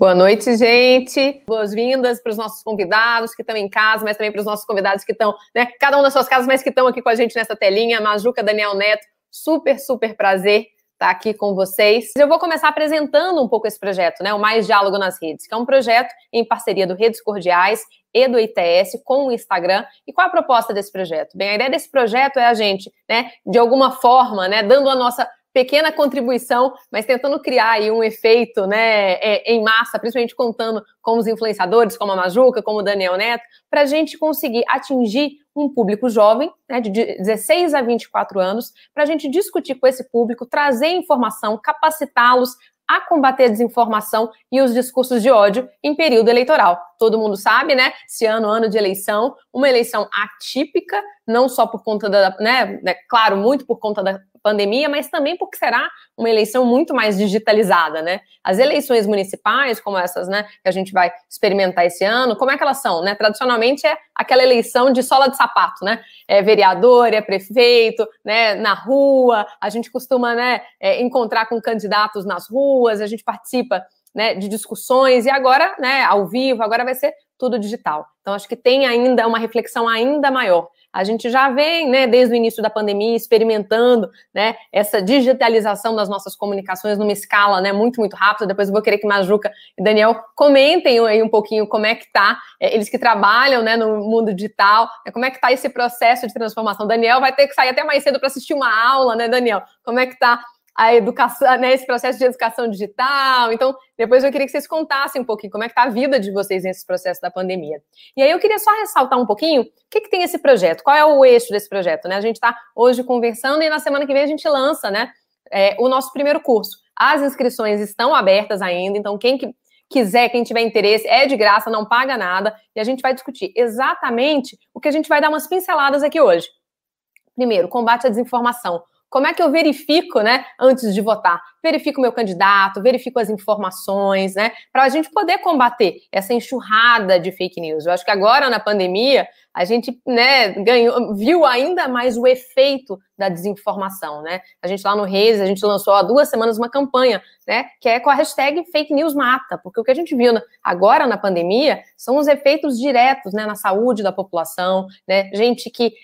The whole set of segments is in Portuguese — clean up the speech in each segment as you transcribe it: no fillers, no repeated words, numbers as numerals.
Boa noite, gente. Boas-vindas para os nossos convidados que estão em casa, mas também para os nossos convidados que estão, né, cada um nas suas casas, mas que estão aqui com a gente nessa telinha. Majuca, Daniel Neto, super prazer estar aqui com vocês. Eu vou começar apresentando um pouco esse projeto, né, o Mais Diálogo nas Redes, que é um projeto em parceria do Redes Cordiais e do ITS com o Instagram. E qual é a proposta desse projeto? Bem, a ideia desse projeto é a gente, né, de alguma forma, né, dando a nossa pequena contribuição, mas tentando criar aí um efeito, né, em massa, principalmente contando com os influenciadores, como a Majuca, como o Daniel Neto, para a gente conseguir atingir um público jovem, né, de 16 a 24 anos, para a gente discutir com esse público, trazer informação, capacitá-los a combater a desinformação e os discursos de ódio em período eleitoral. Todo mundo sabe, né? Esse ano de eleição, uma eleição atípica, não só por conta da, né, claro, muito por conta da pandemia, mas também porque será uma eleição muito mais digitalizada, né? As eleições municipais, como essas, né, que a gente vai experimentar esse ano, como é que elas são, né? Tradicionalmente é aquela eleição de sola de sapato, né? É vereador, é prefeito, né, na rua, a gente costuma, né, encontrar com candidatos nas ruas, a gente participa, né, de discussões, e agora, né, ao vivo, agora vai ser tudo digital. Então, acho que tem ainda uma reflexão ainda maior. A gente já vem, né, desde o início da pandemia, experimentando, né, essa digitalização das nossas comunicações numa escala, né, muito rápida. Depois eu vou querer que Majuca e Daniel comentem aí um pouquinho como é que tá, eles que trabalham, né, no mundo digital, como é que tá esse processo de transformação. Daniel vai ter que sair até mais cedo para assistir uma aula, né, Daniel? Como é que tá a educação, né, esse processo de educação digital? Então, depois eu queria que vocês contassem um pouquinho como é que está a vida de vocês nesse processo da pandemia. E aí eu queria só ressaltar um pouquinho o que tem esse projeto, qual é o eixo desse projeto, né? A gente está hoje conversando e na semana que vem a gente lança, né, o nosso primeiro curso. As inscrições estão abertas ainda, então quem quiser, quem tiver interesse, é de graça, não paga nada, e a gente vai discutir exatamente o que a gente vai dar umas pinceladas aqui hoje. Primeiro, combate à desinformação. Como é que eu verifico, né, antes de votar? Verifico o meu candidato, verifico as informações, né, para a gente poder combater essa enxurrada de fake news. Eu acho que agora, na pandemia, a gente, né, viu ainda mais o efeito da desinformação, né? A gente lá no Redes, a gente lançou há 2 semanas uma campanha, né, que é com a hashtag Fake News Mata, porque o que a gente viu agora na pandemia são os efeitos diretos, né, na saúde da população, né, gente que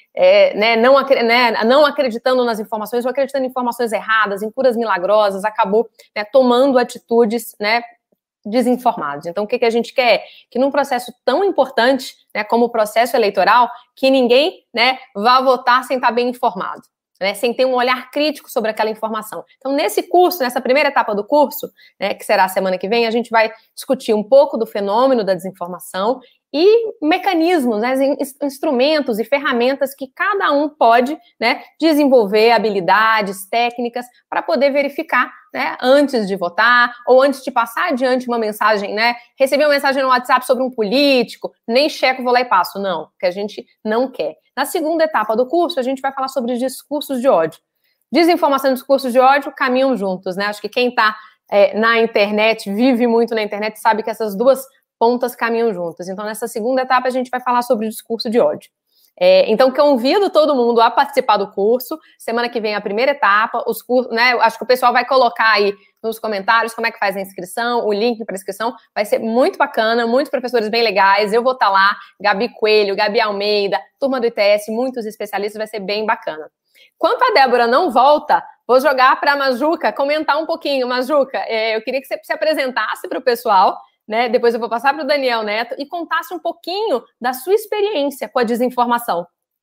não acreditando nas informações ou acreditando em informações erradas, em curas milagrosas, acabou, né, tomando atitudes, né, desinformados. Então, o que a gente quer? Que num processo tão importante, né, como o processo eleitoral, que ninguém, né, vá votar sem estar bem informado, né, sem ter um olhar crítico sobre aquela informação. Então, nesse curso, nessa primeira etapa do curso, né, que será a semana que vem, a gente vai discutir um pouco do fenômeno da desinformação e mecanismos, né, instrumentos e ferramentas que cada um pode, né, desenvolver, habilidades, técnicas, para poder verificar, né, antes de votar, ou antes de passar adiante uma mensagem, né, receber uma mensagem no WhatsApp sobre um político, nem checo, vou lá e passo. Não, que a gente não quer. Na segunda etapa do curso, a gente vai falar sobre discursos de ódio. Desinformação e discursos de ódio caminham juntos, né? Acho que quem está na internet, vive muito na internet, sabe que essas duas pontas caminham juntas. Então, nessa segunda etapa, a gente vai falar sobre o discurso de ódio. Então, convido todo mundo a participar do curso. Semana que vem, a primeira etapa. Os cursos, né? Acho que o pessoal vai colocar aí nos comentários como é que faz a inscrição, o link para inscrição. Vai ser muito bacana, muitos professores bem legais. Eu vou estar lá, Gabi Coelho, Gabi Almeida, turma do ITS, muitos especialistas, vai ser bem bacana. Quanto a Débora não volta, vou jogar para a Majuca comentar um pouquinho. Majuca, eu queria que você se apresentasse para o pessoal, né? Depois eu vou passar para o Daniel Neto e contasse um pouquinho da sua experiência com a desinformação.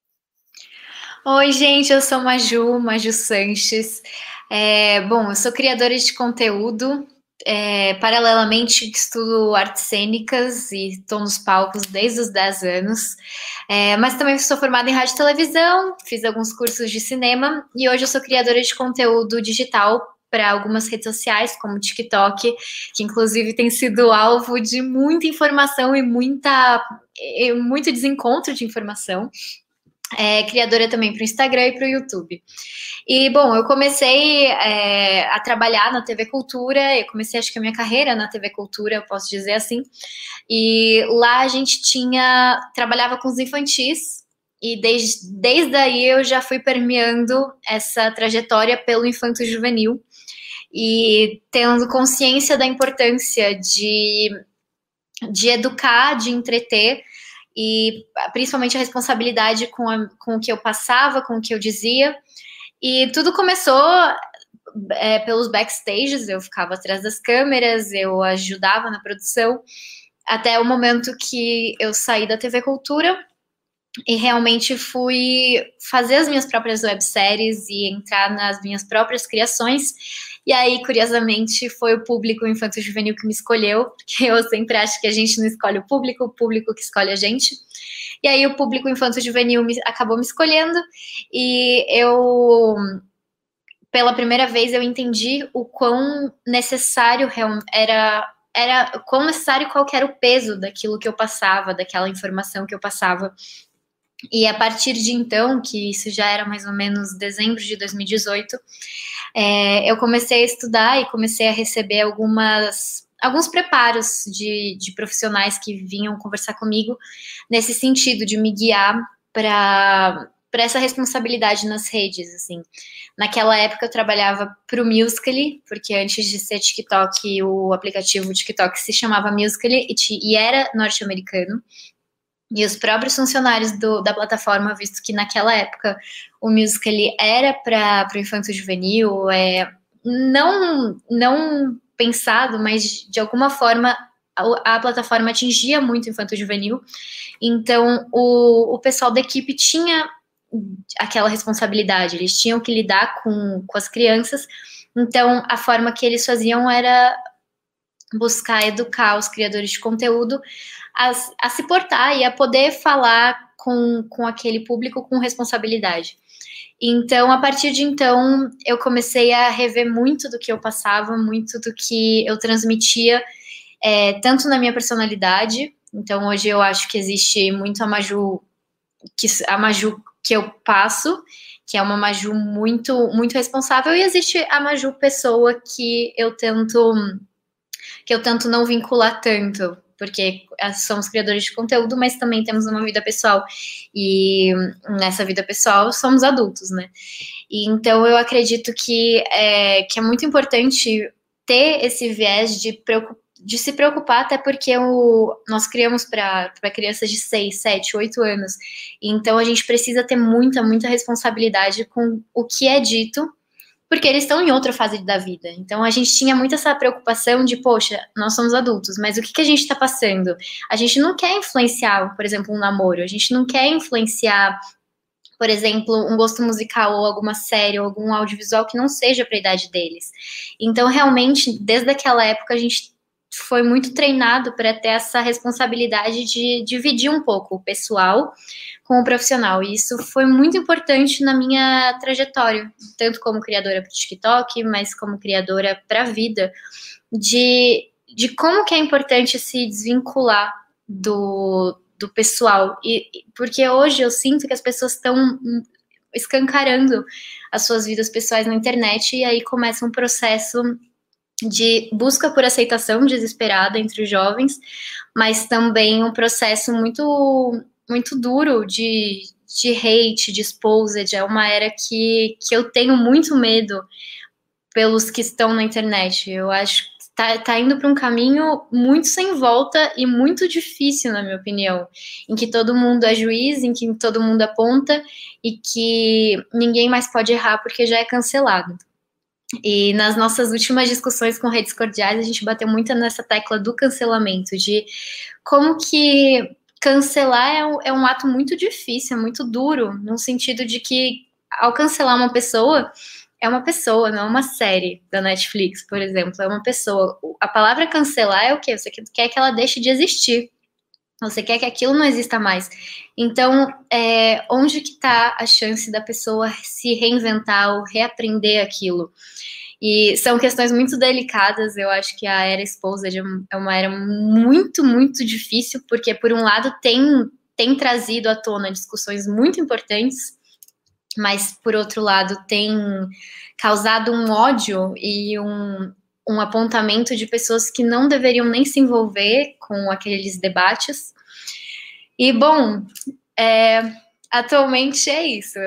Oi, gente, eu sou Maju Sanches. Bom, eu sou criadora de conteúdo, paralelamente estudo artes cênicas e estou nos palcos desde os 10 anos, mas também sou formada em rádio e televisão, fiz alguns cursos de cinema e hoje eu sou criadora de conteúdo digital para algumas redes sociais, como o TikTok, que inclusive tem sido alvo de muita informação e muito desencontro de informação. Criadora também para o Instagram e para o YouTube. E, bom, eu comecei a trabalhar na TV Cultura, eu comecei, acho que a minha carreira na TV Cultura, eu posso dizer assim, e lá a gente trabalhava com os infantis, e desde aí eu já fui permeando essa trajetória pelo infanto-juvenil. e tendo consciência da importância de educar, de entreter, e principalmente a responsabilidade com o que eu passava, com o que eu dizia. E tudo começou pelos backstages, eu ficava atrás das câmeras, eu ajudava na produção, até o momento que eu saí da TV Cultura e realmente fui fazer as minhas próprias webséries e entrar nas minhas próprias criações. E aí, curiosamente, foi o público infanto-juvenil que me escolheu, porque eu sempre acho que a gente não escolhe o público que escolhe a gente. E aí o público infanto-juvenil acabou me escolhendo, e eu, pela primeira vez, eu entendi o quão necessário era quão necessário, qual que era o peso daquilo que eu passava, daquela informação que eu passava. E a partir de então, que isso já era mais ou menos dezembro de 2018, eu comecei a estudar e comecei a receber alguns preparos de profissionais que vinham conversar comigo nesse sentido de me guiar para essa responsabilidade nas redes, assim. Naquela época eu trabalhava para o Musical.ly, porque antes de ser TikTok, o aplicativo TikTok se chamava Musical.ly e era norte-americano. E os próprios funcionários da plataforma, visto que naquela época o Musical.ly era para o infanto-juvenil, não pensado, mas de alguma forma a plataforma atingia muito o infanto-juvenil. Então o pessoal da equipe tinha aquela responsabilidade, eles tinham que lidar com as crianças. Então a forma que eles faziam era buscar educar os criadores de conteúdo a se portar e a poder falar com aquele público com responsabilidade. Então, a partir de então, eu comecei a rever muito do que eu passava, muito do que eu transmitia, tanto na minha personalidade. Então, hoje eu acho que existe muito a Maju que eu passo, que é uma Maju muito, muito responsável, e existe a Maju pessoa que eu tento não vincular tanto, porque somos criadores de conteúdo, mas também temos uma vida pessoal, e nessa vida pessoal somos adultos, né? E então eu acredito que é muito importante ter esse viés de se preocupar, até porque nós criamos para crianças de 6, 7, 8 anos, então a gente precisa ter muita, muita responsabilidade com o que é dito, porque eles estão em outra fase da vida. Então a gente tinha muito essa preocupação de, poxa, nós somos adultos, mas o que a gente está passando? A gente não quer influenciar, por exemplo, um namoro, a gente não quer influenciar, por exemplo, um gosto musical ou alguma série ou algum audiovisual que não seja para a idade deles. Então, realmente, desde aquela época, a gente foi muito treinado para ter essa responsabilidade de dividir um pouco o pessoal com o profissional, e isso foi muito importante na minha trajetória, tanto como criadora para o TikTok, mas como criadora para a vida, de como que é importante se desvincular do pessoal, porque hoje eu sinto que as pessoas estão escancarando as suas vidas pessoais na internet, e aí começa um processo de busca por aceitação desesperada entre os jovens, mas também um processo muito, muito duro de hate, de exposed. É uma era que eu tenho muito medo pelos que estão na internet. Eu acho que tá indo para um caminho muito sem volta e muito difícil, na minha opinião, em que todo mundo é juiz, em que todo mundo aponta e que ninguém mais pode errar porque já é cancelado. E nas nossas últimas discussões com redes cordiais, a gente bateu muito nessa tecla do cancelamento, de como que cancelar é um ato muito difícil, é muito duro, no sentido de que ao cancelar uma pessoa, é uma pessoa, não é uma série da Netflix, por exemplo, é uma pessoa. A palavra cancelar é o quê? Você quer que ela deixe de existir. Você quer que aquilo não exista mais. Então, onde que está a chance da pessoa se reinventar ou reaprender aquilo? E são questões muito delicadas. Eu acho que a era exposed é uma era muito, muito difícil, porque, por um lado, tem trazido à tona discussões muito importantes, mas, por outro lado, tem causado um ódio e um apontamento de pessoas que não deveriam nem se envolver com aqueles debates. E, bom, atualmente é isso. Eu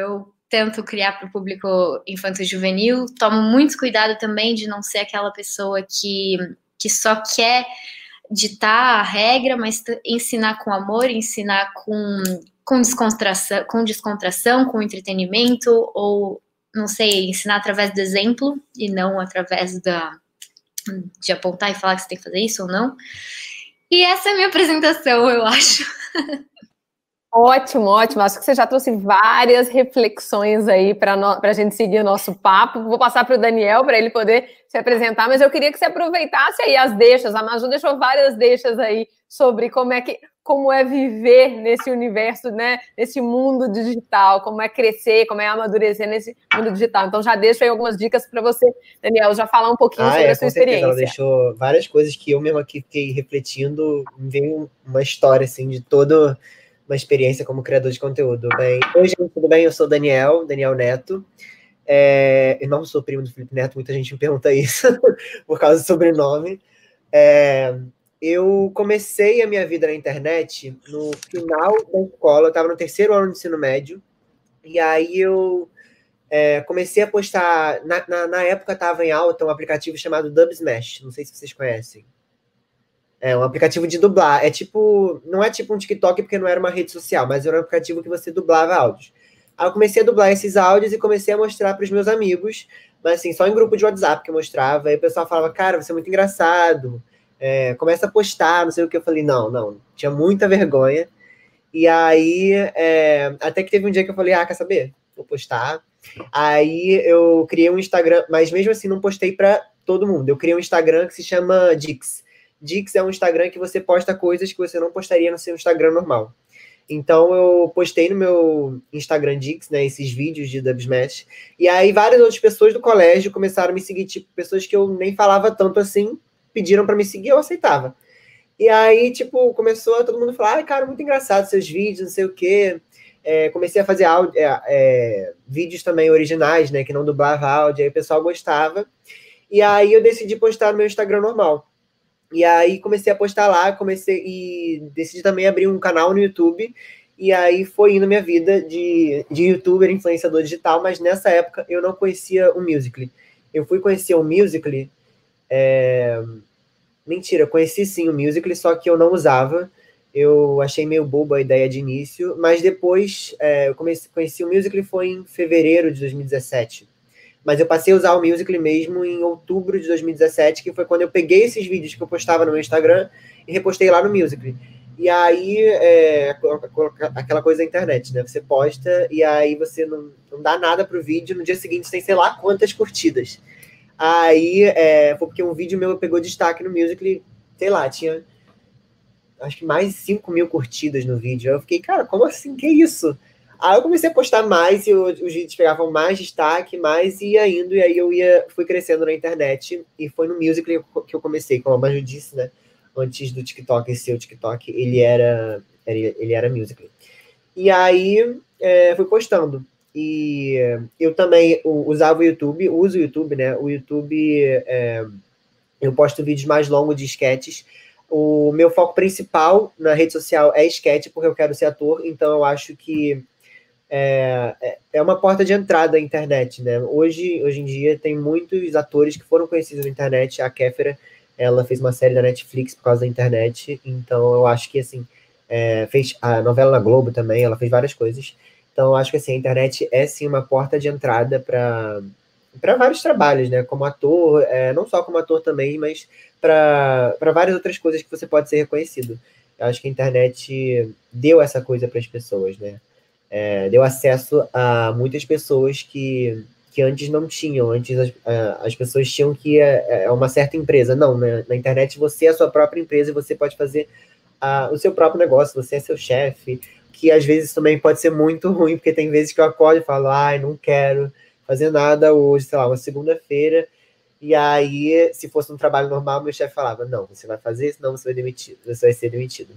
tento criar para o público infanto-juvenil. Tomo muito cuidado também de não ser aquela pessoa que só quer ditar a regra, mas ensinar com amor, ensinar com descontração, com entretenimento, ou, não sei, ensinar através do exemplo e não através de apontar e falar que você tem que fazer isso ou não. E essa é a minha apresentação, eu acho. Ótimo, ótimo. Acho que você já trouxe várias reflexões aí para a gente seguir o nosso papo. Vou passar para o Daniel para ele poder se apresentar, mas eu queria que você aproveitasse aí as deixas. A Maju deixou várias deixas aí sobre como é viver nesse universo, né? Nesse mundo digital, como é crescer, como é amadurecer nesse mundo digital. Então já deixo aí algumas dicas para você, Daniel, já falar um pouquinho sobre a sua experiência. Ela deixou várias coisas que eu mesmo aqui fiquei refletindo, me veio uma história assim de todo uma experiência como criador de conteúdo. Bem, oi, gente, tudo bem? Eu sou o Daniel Neto. Eu não sou primo do Felipe Neto, muita gente me pergunta isso por causa do sobrenome. Eu comecei a minha vida na internet no final da escola, eu estava no 3º ano de ensino médio, e aí eu comecei a postar, na época estava em alta um aplicativo chamado Dubsmash, não sei se vocês conhecem. É um aplicativo de dublar. Não é tipo um TikTok, porque não era uma rede social, mas era um aplicativo que você dublava áudios. Aí eu comecei a dublar esses áudios e comecei a mostrar para os meus amigos, mas assim, só em grupo de WhatsApp que eu mostrava. Aí o pessoal falava, cara, você é muito engraçado, começa a postar, não sei o que. Eu falei, não, tinha muita vergonha. E aí, até que teve um dia que eu falei, quer saber? Vou postar. Aí eu criei um Instagram, mas mesmo assim não postei para todo mundo. Eu criei um Instagram que se chama Dix. Dix é um Instagram que você posta coisas que você não postaria no seu Instagram normal. Então, eu postei no meu Instagram Dix, né, esses vídeos de Dubsmash. E aí, várias outras pessoas do colégio começaram a me seguir, tipo, pessoas que eu nem falava tanto assim, pediram para me seguir, eu aceitava. E aí, tipo, começou a todo mundo falar, cara, muito engraçado seus vídeos, não sei o quê. Comecei a fazer vídeos também originais, né, que não dublava áudio, aí o pessoal gostava. E aí, eu decidi postar no meu Instagram normal. E aí comecei a postar lá, e decidi também abrir um canal no YouTube, e aí foi indo minha vida de youtuber, influenciador digital, mas nessa época eu não conhecia o Musical.ly. Eu fui conhecer o Musical.ly, mentira, conheci sim o Musical.ly, só que eu não usava, eu achei meio bobo a ideia de início, mas depois eu conheci o Musical.ly foi em fevereiro de 2017. Mas eu passei a usar o Musical.ly mesmo em outubro de 2017, que foi quando eu peguei esses vídeos que eu postava no meu Instagram e repostei lá no Musical.ly. E aí, aquela coisa da internet, né? Você posta e aí você não dá nada pro vídeo, no dia seguinte tem sei lá quantas curtidas. Aí, foi porque um vídeo meu pegou destaque no Musical.ly, sei lá, tinha acho que mais de 5 mil curtidas no vídeo. Aí eu fiquei, cara, como assim? Que isso? Aí eu comecei a postar mais e os vídeos pegavam mais destaque, mais ia indo, e aí fui crescendo na internet, e foi no Musical.ly que eu comecei, como a Maju disse, né? Antes do TikTok ser o TikTok, ele era Musical.ly. E aí fui postando. E eu também usava o YouTube, uso o YouTube, né? O YouTube, eu posto vídeos mais longos de sketches. O meu foco principal na rede social é sketch, porque eu quero ser ator, então eu acho que é uma porta de entrada à internet, né? Hoje em dia tem muitos atores que foram conhecidos na internet. A Kéfera, ela fez uma série da Netflix por causa da internet, então eu acho que, assim, fez a novela na Globo também, ela fez várias coisas. Então eu acho que, assim, a internet é, sim, uma porta de entrada para vários trabalhos, né? Como ator, não só como ator também, mas para várias outras coisas que você pode ser reconhecido. Eu acho que a internet deu essa coisa para as pessoas, né? Deu acesso a muitas pessoas que antes não tinham. Antes as pessoas tinham que ir a uma certa empresa. Não, né? Na internet você é a sua própria empresa e você pode fazer o seu próprio negócio, você é seu chefe, que às vezes também pode ser muito ruim, porque tem vezes que eu acordo e falo, não quero fazer nada hoje, sei lá, uma segunda-feira, e aí, se fosse um trabalho normal, meu chefe falava, não, você vai fazer, senão você vai ser demitido.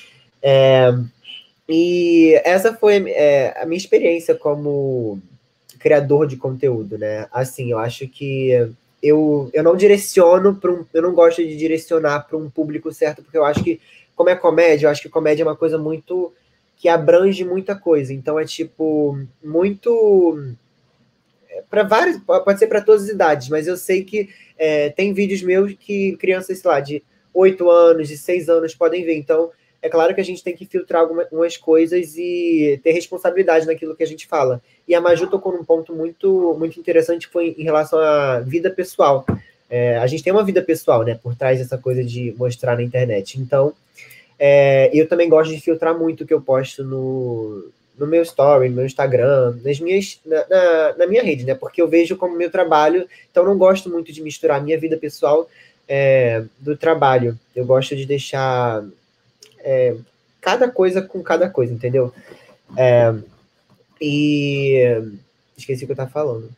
E essa foi a minha experiência como criador de conteúdo, né? Assim, eu acho que eu não direciono eu não gosto de direcionar para um público certo, porque eu acho que, como é comédia, eu acho que comédia é uma coisa muito que abrange muita coisa. Então, é tipo, muito... para vários, pode ser para todas as idades, mas eu sei que tem vídeos meus que crianças, sei lá, de 8 anos, de 6 anos podem ver. Então, é claro que a gente tem que filtrar algumas coisas e ter responsabilidade naquilo que a gente fala. E a Maju tocou num ponto muito, muito interessante, que foi em relação à vida pessoal. A gente tem uma vida pessoal, né, por trás dessa coisa de mostrar na internet. Então, eu também gosto de filtrar muito o que eu posto no meu story, no meu Instagram, na minha rede, né? Porque eu vejo como meu trabalho, então não gosto muito de misturar a minha vida pessoal do trabalho. Eu gosto de deixar cada coisa com cada coisa, entendeu? E esqueci o que eu estava falando.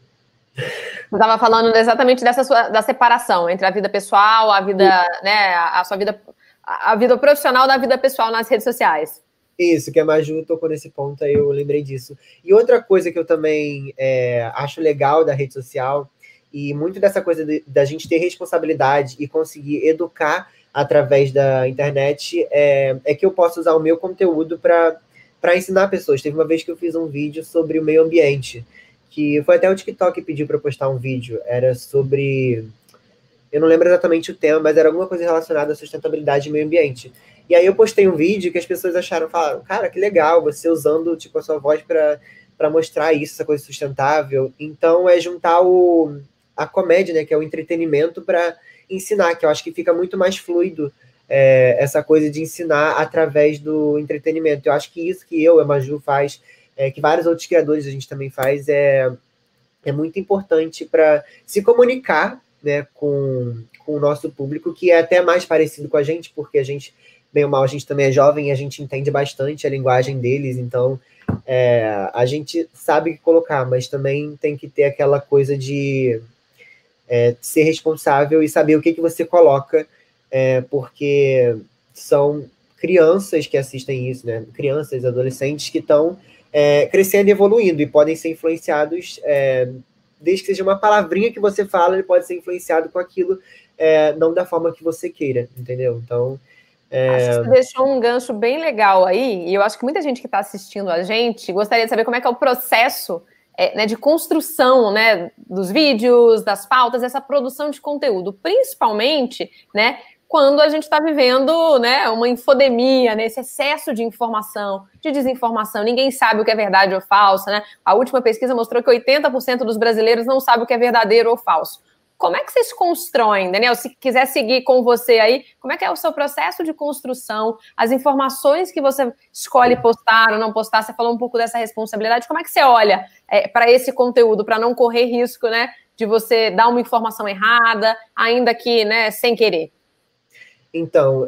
Eu estava falando exatamente da separação entre a vida pessoal, a vida, né, a sua vida, a vida profissional da vida pessoal nas redes sociais. Isso, que a Maju tocou nesse ponto, aí eu lembrei disso. E outra coisa que eu também acho legal da rede social, e muito dessa coisa da gente ter responsabilidade e conseguir educar através da internet, é que eu posso usar o meu conteúdo para ensinar pessoas. Teve uma vez que eu fiz um vídeo sobre o meio ambiente, que foi até o TikTok que pediu para eu postar um vídeo, era sobre... Eu não lembro exatamente o tema, mas era alguma coisa relacionada à sustentabilidade e meio ambiente. E aí eu postei um vídeo que as pessoas falaram, cara, que legal, você usando tipo, a sua voz para mostrar isso, essa coisa sustentável. Então é juntar a comédia, né, que é o entretenimento, para ensinar, que eu acho que fica muito mais fluido essa coisa de ensinar através do entretenimento. Eu acho que isso que a Maju faz, que vários outros criadores a gente também faz, é muito importante para se comunicar, né, com o nosso público, que é até mais parecido com a gente, porque a gente, bem ou mal, a gente também é jovem e a gente entende bastante a linguagem deles, então a gente sabe o que colocar, mas também tem que ter aquela coisa de ser responsável e saber o que você coloca, porque são crianças que assistem isso, né? Crianças, adolescentes que estão crescendo e evoluindo e podem ser influenciados, desde que seja uma palavrinha que você fala, ele pode ser influenciado com aquilo, não da forma que você queira, entendeu? Então... Acho que você deixou um gancho bem legal aí, e eu acho que muita gente que está assistindo a gente gostaria de saber como é que é o processo né, de construção, né, dos vídeos, das pautas, essa produção de conteúdo, principalmente, né, quando a gente está vivendo, né, uma infodemia, né, esse excesso de informação, de desinformação, ninguém sabe o que é verdade ou falso, né? A última pesquisa mostrou que 80% dos brasileiros não sabem o que é verdadeiro ou falso. Como é que vocês constroem, Daniel? Se quiser seguir com você aí, como é que é o seu processo de construção, as informações que você escolhe postar ou não postar? Você falou um pouco dessa responsabilidade. Como é que você olha para esse conteúdo, para não correr risco, né, de você dar uma informação errada, ainda que, né, sem querer? Então,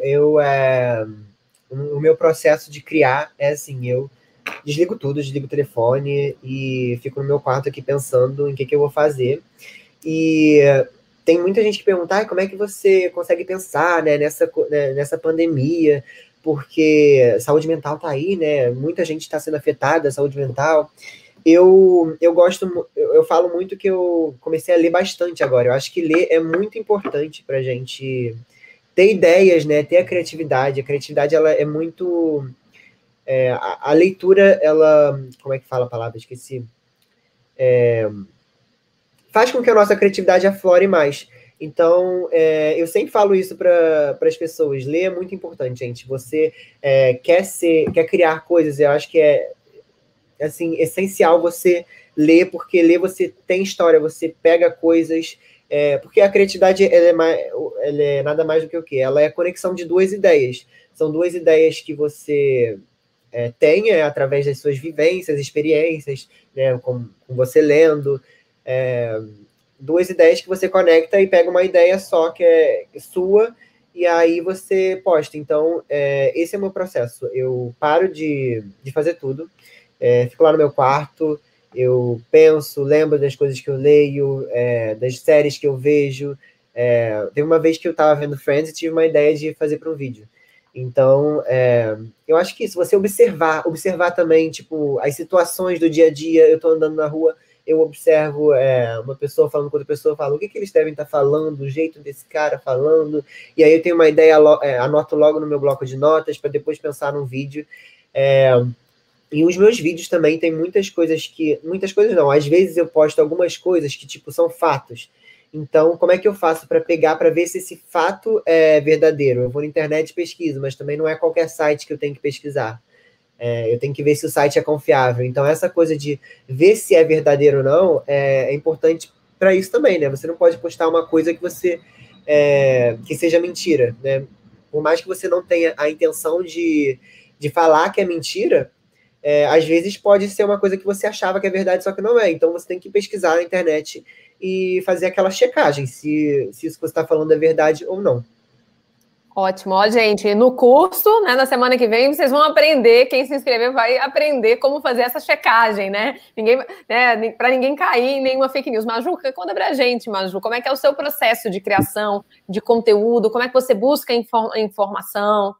o meu processo de criar é assim, eu desligo tudo, desligo o telefone e fico no meu quarto aqui pensando em que eu vou fazer. E tem muita gente que pergunta, como é que você consegue pensar, né, nessa pandemia, porque saúde mental tá aí, né, muita gente está sendo afetada, saúde mental. Eu falo muito que eu comecei a ler bastante agora. Eu acho que ler é muito importante pra gente ter ideias, né, ter a criatividade. A criatividade, ela é muito... a leitura, ela... Como é que fala a palavra? Esqueci. Faz com que a nossa criatividade aflore mais. Então, eu sempre falo isso para as pessoas. Ler é muito importante, gente. Você quer criar coisas, eu acho que é assim, essencial você ler, porque ler você tem história, você pega coisas... porque a criatividade ela é nada mais do que o quê? Ela é a conexão de duas ideias. São duas ideias que você tem através das suas vivências, experiências, né, com você lendo... duas ideias que você conecta e pega uma ideia só que é sua e aí você posta. Então, esse é o meu processo. Eu paro de fazer tudo, fico lá no meu quarto, eu penso, lembro das coisas que eu leio, das séries que eu vejo. Teve uma vez que eu estava vendo Friends e tive uma ideia de fazer para um vídeo. Então, eu acho que isso, você observar também, tipo, as situações do dia a dia. Eu estou andando na rua, eu observo uma pessoa falando com outra pessoa, falo o que eles devem estar falando, o jeito desse cara falando, e aí eu tenho uma ideia, anoto logo no meu bloco de notas, para depois pensar num vídeo. E os meus vídeos também tem muitas coisas que... Muitas coisas não, às vezes eu posto algumas coisas que, tipo, são fatos. Então, como é que eu faço para pegar, para ver se esse fato é verdadeiro? Eu vou na internet e pesquiso, mas também não é qualquer site que eu tenho que pesquisar. Eu tenho que ver se o site é confiável. Então, essa coisa de ver se é verdadeiro ou não é importante para isso também, né? Você não pode postar uma coisa que você... que seja mentira, né? Por mais que você não tenha a intenção de falar que é mentira, às vezes pode ser uma coisa que você achava que é verdade, só que não é. Então você tem que pesquisar na internet e fazer aquela checagem, se isso que você está falando é verdade ou não. Ótimo. Ó, gente, no curso, né, na semana que vem, vocês vão aprender, quem se inscrever vai aprender como fazer essa checagem, né? Para ninguém cair em nenhuma fake news. Majuca, conta pra gente, Maju, como é que é o seu processo de criação de conteúdo, como é que você busca informação?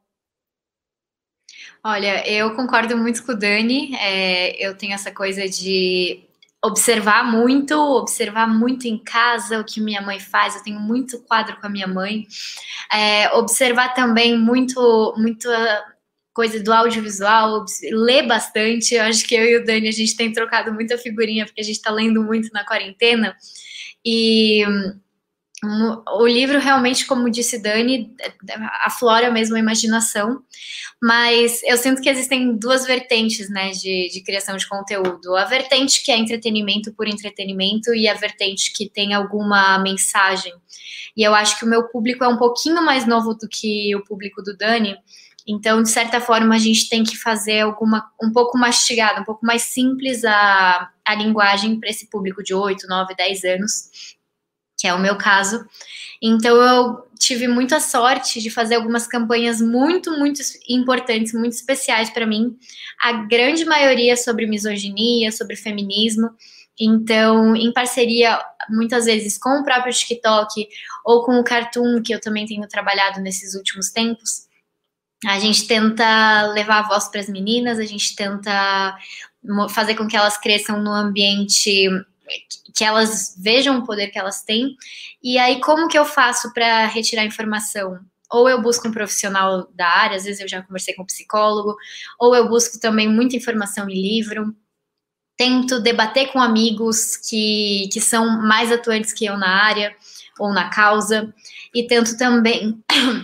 Olha, eu concordo muito com o Dani, eu tenho essa coisa de observar muito em casa o que minha mãe faz, eu tenho muito quadro com a minha mãe, observar também muito coisa do audiovisual, ler bastante, eu acho que eu e o Dani, a gente tem trocado muita figurinha, porque a gente tá lendo muito na quarentena, e... O livro realmente, como disse Dani, aflora mesmo a imaginação, mas eu sinto que existem duas vertentes, né, de criação de conteúdo. A vertente que é entretenimento por entretenimento e a vertente que tem alguma mensagem. E eu acho que o meu público é um pouquinho mais novo do que o público do Dani, então, de certa forma, a gente tem que fazer um pouco mastigado, um pouco mais simples a linguagem para esse público de 8, 9, 10 anos, que é o meu caso. Então, eu tive muita sorte de fazer algumas campanhas muito, muito importantes, muito especiais para mim. A grande maioria sobre misoginia, sobre feminismo. Então, em parceria, muitas vezes, com o próprio TikTok ou com o Cartoon, que eu também tenho trabalhado nesses últimos tempos, a gente tenta levar a voz para as meninas, a gente tenta fazer com que elas cresçam no ambiente... que elas vejam o poder que elas têm. E aí, como que eu faço para retirar informação? Ou eu busco um profissional da área, às vezes eu já conversei com um psicólogo, ou eu busco também muita informação em livro, tento debater com amigos que são mais atuantes que eu na área, ou na causa, e tento também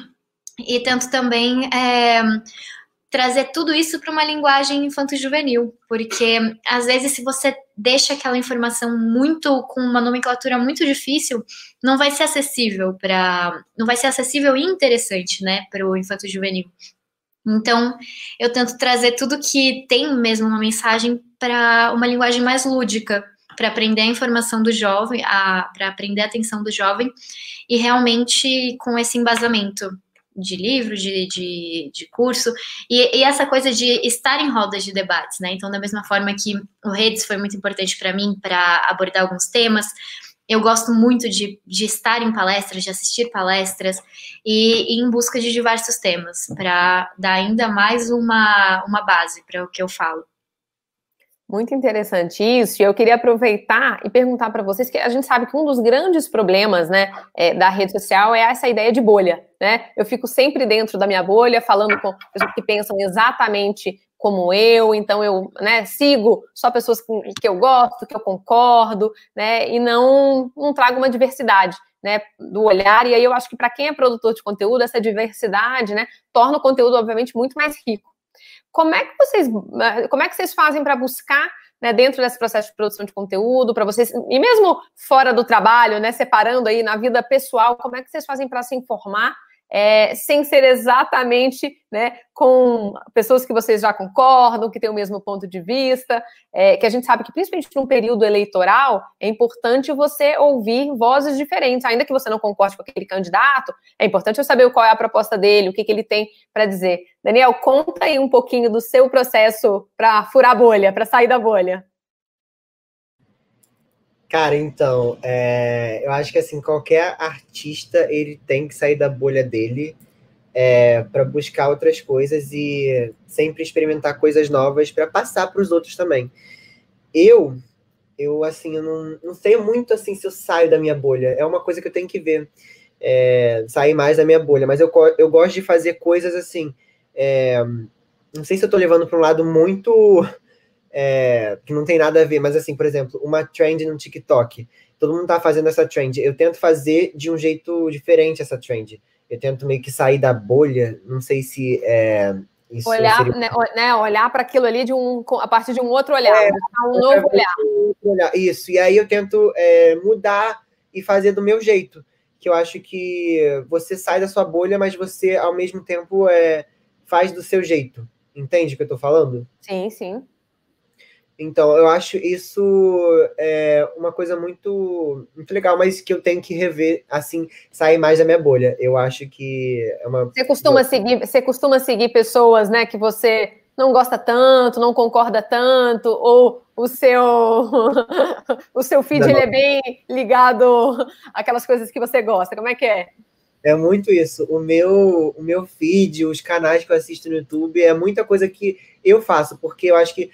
trazer tudo isso para uma linguagem infanto-juvenil, porque às vezes se você deixa aquela informação com uma nomenclatura muito difícil, não vai ser acessível e interessante, né, para o infanto-juvenil. Então, eu tento trazer tudo que tem mesmo uma mensagem para uma linguagem mais lúdica, para aprender a informação do jovem, para aprender a atenção do jovem, e realmente com esse embasamento de livro, de curso, e essa coisa de estar em rodas de debates, né? Então, da mesma forma que o Redes foi muito importante para mim, para abordar alguns temas, eu gosto muito de estar em palestras, de assistir palestras, e em busca de diversos temas, para dar ainda mais uma base para o que eu falo. Muito interessante isso, e eu queria aproveitar e perguntar para vocês, que a gente sabe que um dos grandes problemas, né, da rede social é essa ideia de bolha, né? Eu fico sempre dentro da minha bolha, falando com pessoas que pensam exatamente como eu, então eu, né, sigo só pessoas que eu gosto, que eu concordo, né, e não trago uma diversidade, né, do olhar, e aí eu acho que para quem é produtor de conteúdo, essa diversidade, né, torna o conteúdo, obviamente, muito mais rico. Como é que vocês fazem para buscar, né, dentro desse processo de produção de conteúdo, para vocês, e mesmo fora do trabalho, né, separando aí na vida pessoal, como é que vocês fazem para se informar, sem ser exatamente, né, com pessoas que vocês já concordam, que têm o mesmo ponto de vista, que a gente sabe que, principalmente num período eleitoral, é importante você ouvir vozes diferentes, ainda que você não concorde com aquele candidato, é importante eu saber qual é a proposta dele, o que ele tem para dizer. Daniel, conta aí um pouquinho do seu processo para furar a bolha, para sair da bolha. Cara, então, eu acho que assim, qualquer artista, ele tem que sair da bolha dele para buscar outras coisas e sempre experimentar coisas novas para passar para os outros também. Eu assim, eu não sei muito assim se eu saio da minha bolha, é uma coisa que eu tenho que ver, sair mais da minha bolha, mas eu gosto de fazer coisas assim, não sei se eu tô levando para um lado muito que não tem nada a ver, mas assim, por exemplo, uma trend no TikTok. Todo mundo tá fazendo essa trend. Eu tento fazer de um jeito diferente essa trend. Eu tento meio que sair da bolha. Não sei se isso olhar, seria... olhar para aquilo ali a partir de um outro olhar, um novo olhar. Isso, e aí eu tento mudar e fazer do meu jeito. Que eu acho que você sai da sua bolha, mas você, ao mesmo tempo, faz do seu jeito. Entende o que eu tô falando? Sim, sim. Então, eu acho isso uma coisa muito, muito legal, mas que eu tenho que rever, assim, sair mais da minha bolha. Eu acho que é uma... Você costuma seguir pessoas, né, que você não gosta tanto, não concorda tanto, ou o seu o seu feed ele é bem ligado àquelas coisas que você gosta? Como é que é? É muito isso. O meu feed, os canais que eu assisto no YouTube, é muita coisa que eu faço, porque eu acho que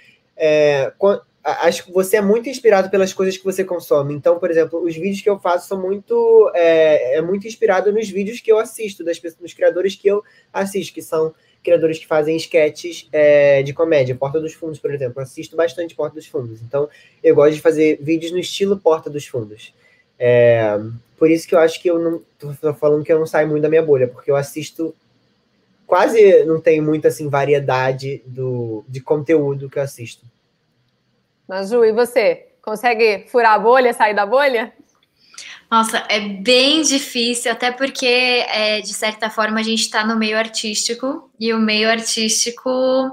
acho que você é muito inspirado pelas coisas que você consome. Então, por exemplo, os vídeos que eu faço são muito muito inspirado nos vídeos que eu assisto, dos criadores que eu assisto, que são criadores que fazem sketches de comédia. Porta dos Fundos, por exemplo. Eu assisto bastante Porta dos Fundos. Então, eu gosto de fazer vídeos no estilo Porta dos Fundos. Por isso que eu acho que eu não tô falando que eu não saio muito da minha bolha, porque eu assisto quase não tem muita assim variedade de conteúdo que eu assisto. Mas, Ju, e você? Consegue furar a bolha, sair da bolha? Nossa, é bem difícil, até porque, de certa forma, a gente está no meio artístico, e o meio artístico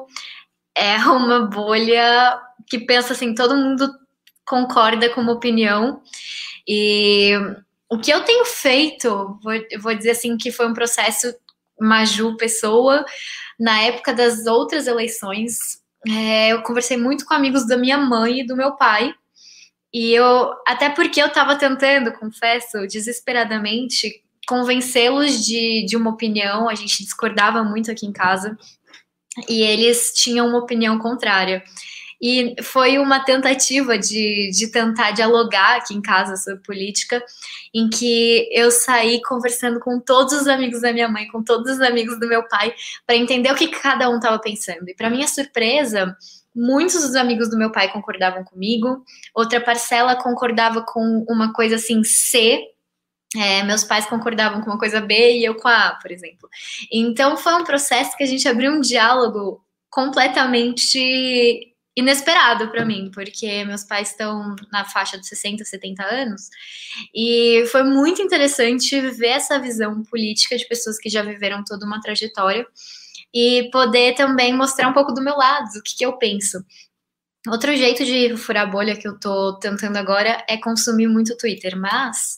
é uma bolha que pensa assim, todo mundo concorda com uma opinião, e o que eu tenho feito, vou dizer assim, que foi um processo Maju Pessoa, na época das outras eleições, eu conversei muito com amigos da minha mãe e do meu pai, e até porque eu estava tentando, confesso, desesperadamente, convencê-los de uma opinião, a gente discordava muito aqui em casa, e eles tinham uma opinião contrária. E foi uma tentativa de tentar dialogar aqui em casa sobre política, em que eu saí conversando com todos os amigos da minha mãe, com todos os amigos do meu pai, para entender o que cada um estava pensando. E para minha surpresa, muitos dos amigos do meu pai concordavam comigo, outra parcela concordava com uma coisa assim, C. Meus pais concordavam com uma coisa B e eu com a A, por exemplo. Então foi um processo que a gente abriu um diálogo completamente inesperado para mim, porque meus pais estão na faixa dos 60, 70 anos, e foi muito interessante ver essa visão política de pessoas que já viveram toda uma trajetória e poder também mostrar um pouco do meu lado, o que eu penso. Outro jeito de furar a bolha que eu tô tentando agora é consumir muito Twitter, mas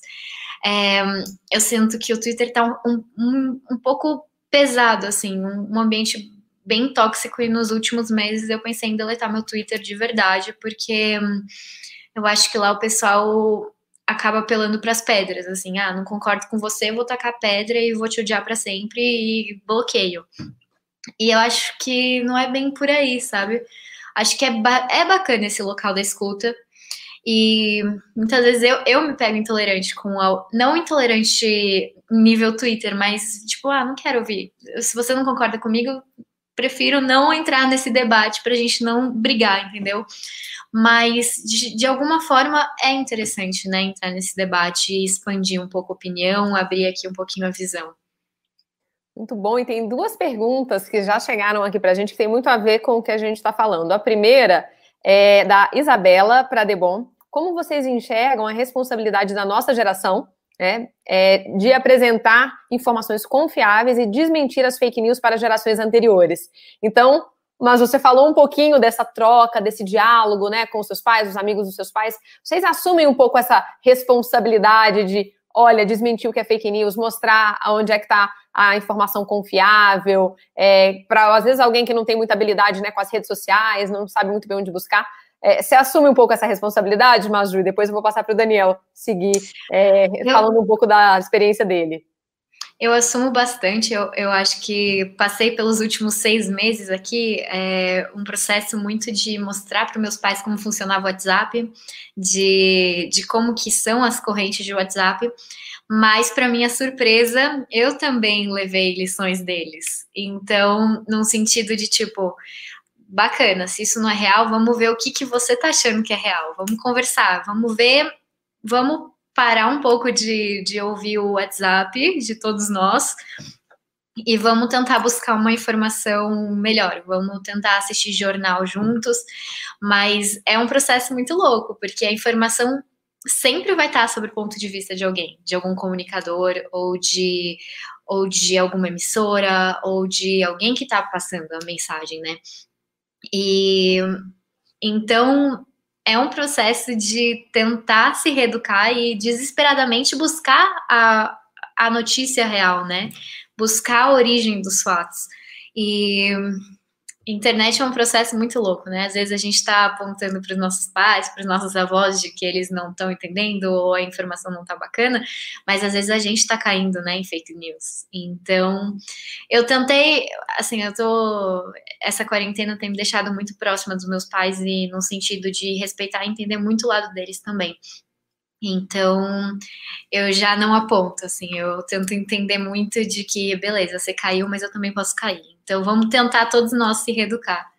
eu sinto que o Twitter tá um pouco pesado, assim, um ambiente bem tóxico, e nos últimos meses eu pensei em deletar meu Twitter de verdade, porque eu acho que lá o pessoal acaba apelando para as pedras, assim, não concordo com você, vou tacar pedra e vou te odiar para sempre e bloqueio. E eu acho que não é bem por aí, sabe? Acho que é bacana esse local da escuta, e muitas vezes eu me pego intolerante não intolerante nível Twitter, mas tipo, não quero ouvir. Se você não concorda comigo, prefiro não entrar nesse debate pra gente não brigar, entendeu? Mas de alguma forma é interessante, né, entrar nesse debate e expandir um pouco a opinião, abrir aqui um pouquinho a visão. Muito bom, e tem duas perguntas que já chegaram aqui pra gente que tem muito a ver com o que a gente está falando. A primeira é da Isabela Pradebon. Como vocês enxergam a responsabilidade da nossa geração de apresentar informações confiáveis e desmentir as fake news para gerações anteriores? Então, mas você falou um pouquinho dessa troca, desse diálogo, né, com os seus pais, os amigos dos seus pais. Vocês assumem um pouco essa responsabilidade de, olha, desmentir o que é fake news, mostrar onde é que está a informação confiável, para, às vezes, alguém que não tem muita habilidade, né, com as redes sociais, não sabe muito bem onde buscar. Você assume um pouco essa responsabilidade, Maju, e depois eu vou passar para o Daniel seguir falando um pouco da experiência dele. Eu assumo bastante, eu acho que passei pelos últimos 6 meses aqui um processo muito de mostrar para meus pais como funcionava o WhatsApp, de como que são as correntes de WhatsApp, mas para minha surpresa, eu também levei lições deles. Então, num sentido de tipo, bacana, se isso não é real, vamos ver o que você tá achando que é real. Vamos conversar, vamos ver, vamos parar um pouco de ouvir o WhatsApp de todos nós e vamos tentar buscar uma informação melhor. Vamos tentar assistir jornal juntos, mas é um processo muito louco, porque a informação sempre vai estar sob o ponto de vista de alguém, de algum comunicador ou de alguma emissora ou de alguém que está passando a mensagem, né? E então é um processo de tentar se reeducar e desesperadamente buscar a notícia real, né? Buscar a origem dos fatos. E internet é um processo muito louco, né? Às vezes a gente está apontando para os nossos pais, para os nossos avós, de que eles não estão entendendo ou a informação não está bacana, mas às vezes a gente está caindo, né, em fake news. Então, eu tentei, assim, essa quarentena tem me deixado muito próxima dos meus pais e no sentido de respeitar e entender muito o lado deles também. Então, eu já não aponto, assim, eu tento entender muito de que, beleza, você caiu, mas eu também posso cair. Então, vamos tentar todos nós se reeducar.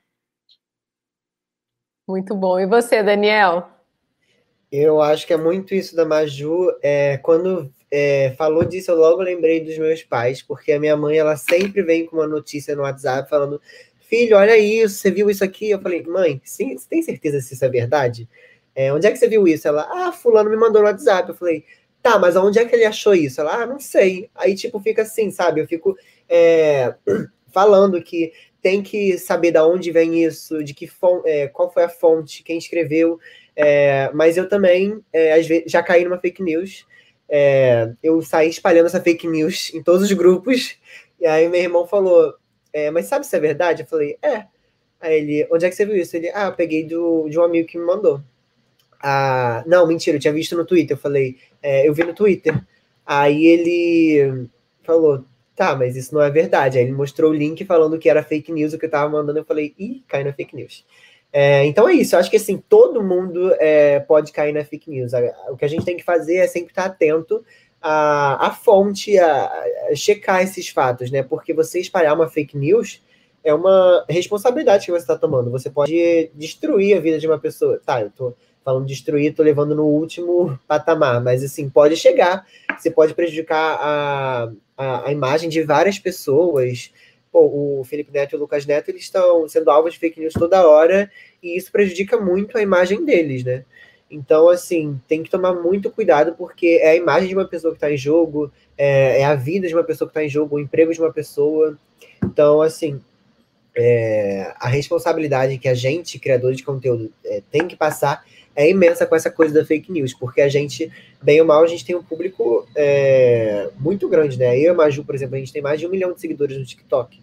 Muito bom. E você, Daniel? Eu acho que é muito isso da Maju. Quando falou disso, eu logo lembrei dos meus pais, porque a minha mãe, ela sempre vem com uma notícia no WhatsApp falando: filho, olha isso, você viu isso aqui? Eu falei: mãe, sim, você tem certeza se isso é verdade? Onde é que você viu isso? Ela: fulano me mandou no WhatsApp. Eu falei: tá, mas onde é que ele achou isso? Ela: não sei. Aí, tipo, fica assim, sabe? Eu fico falando que tem que saber de onde vem isso, de que qual foi a fonte, quem escreveu. Mas eu também, às vezes, já caí numa fake news. Eu saí espalhando essa fake news em todos os grupos. E aí meu irmão falou: mas sabe se é verdade? Eu falei: Aí ele: onde é que você viu isso? Ele: eu peguei de um amigo que me mandou. Não, mentira, eu tinha visto no Twitter. Eu falei: eu vi no Twitter. Aí ele falou: tá, mas isso não é verdade. Aí ele mostrou o link falando que era fake news o que eu tava mandando. Eu falei: caiu na fake news. Então é isso, eu acho que assim, todo mundo pode cair na fake news. O que a gente tem que fazer é sempre estar atento à fonte, a checar esses fatos, né? Porque você espalhar uma fake news é uma responsabilidade que você está tomando. Você pode destruir a vida de uma pessoa. Tá, eu tô falando destruir, tô levando no último patamar, mas assim, pode chegar. Você pode prejudicar a imagem de várias pessoas. Pô, o Felipe Neto e o Lucas Neto, eles estão sendo alvos de fake news toda hora, e isso prejudica muito a imagem deles, né? Então, assim, tem que tomar muito cuidado, porque é a imagem de uma pessoa que está em jogo, é a vida de uma pessoa que está em jogo, o emprego de uma pessoa. Então, assim, a responsabilidade que a gente, criador de conteúdo, tem que passar é imensa com essa coisa da fake news, porque a gente, bem ou mal, a gente tem um público muito grande, né? Eu e a Maju, por exemplo, a gente tem mais de 1 milhão de seguidores no TikTok.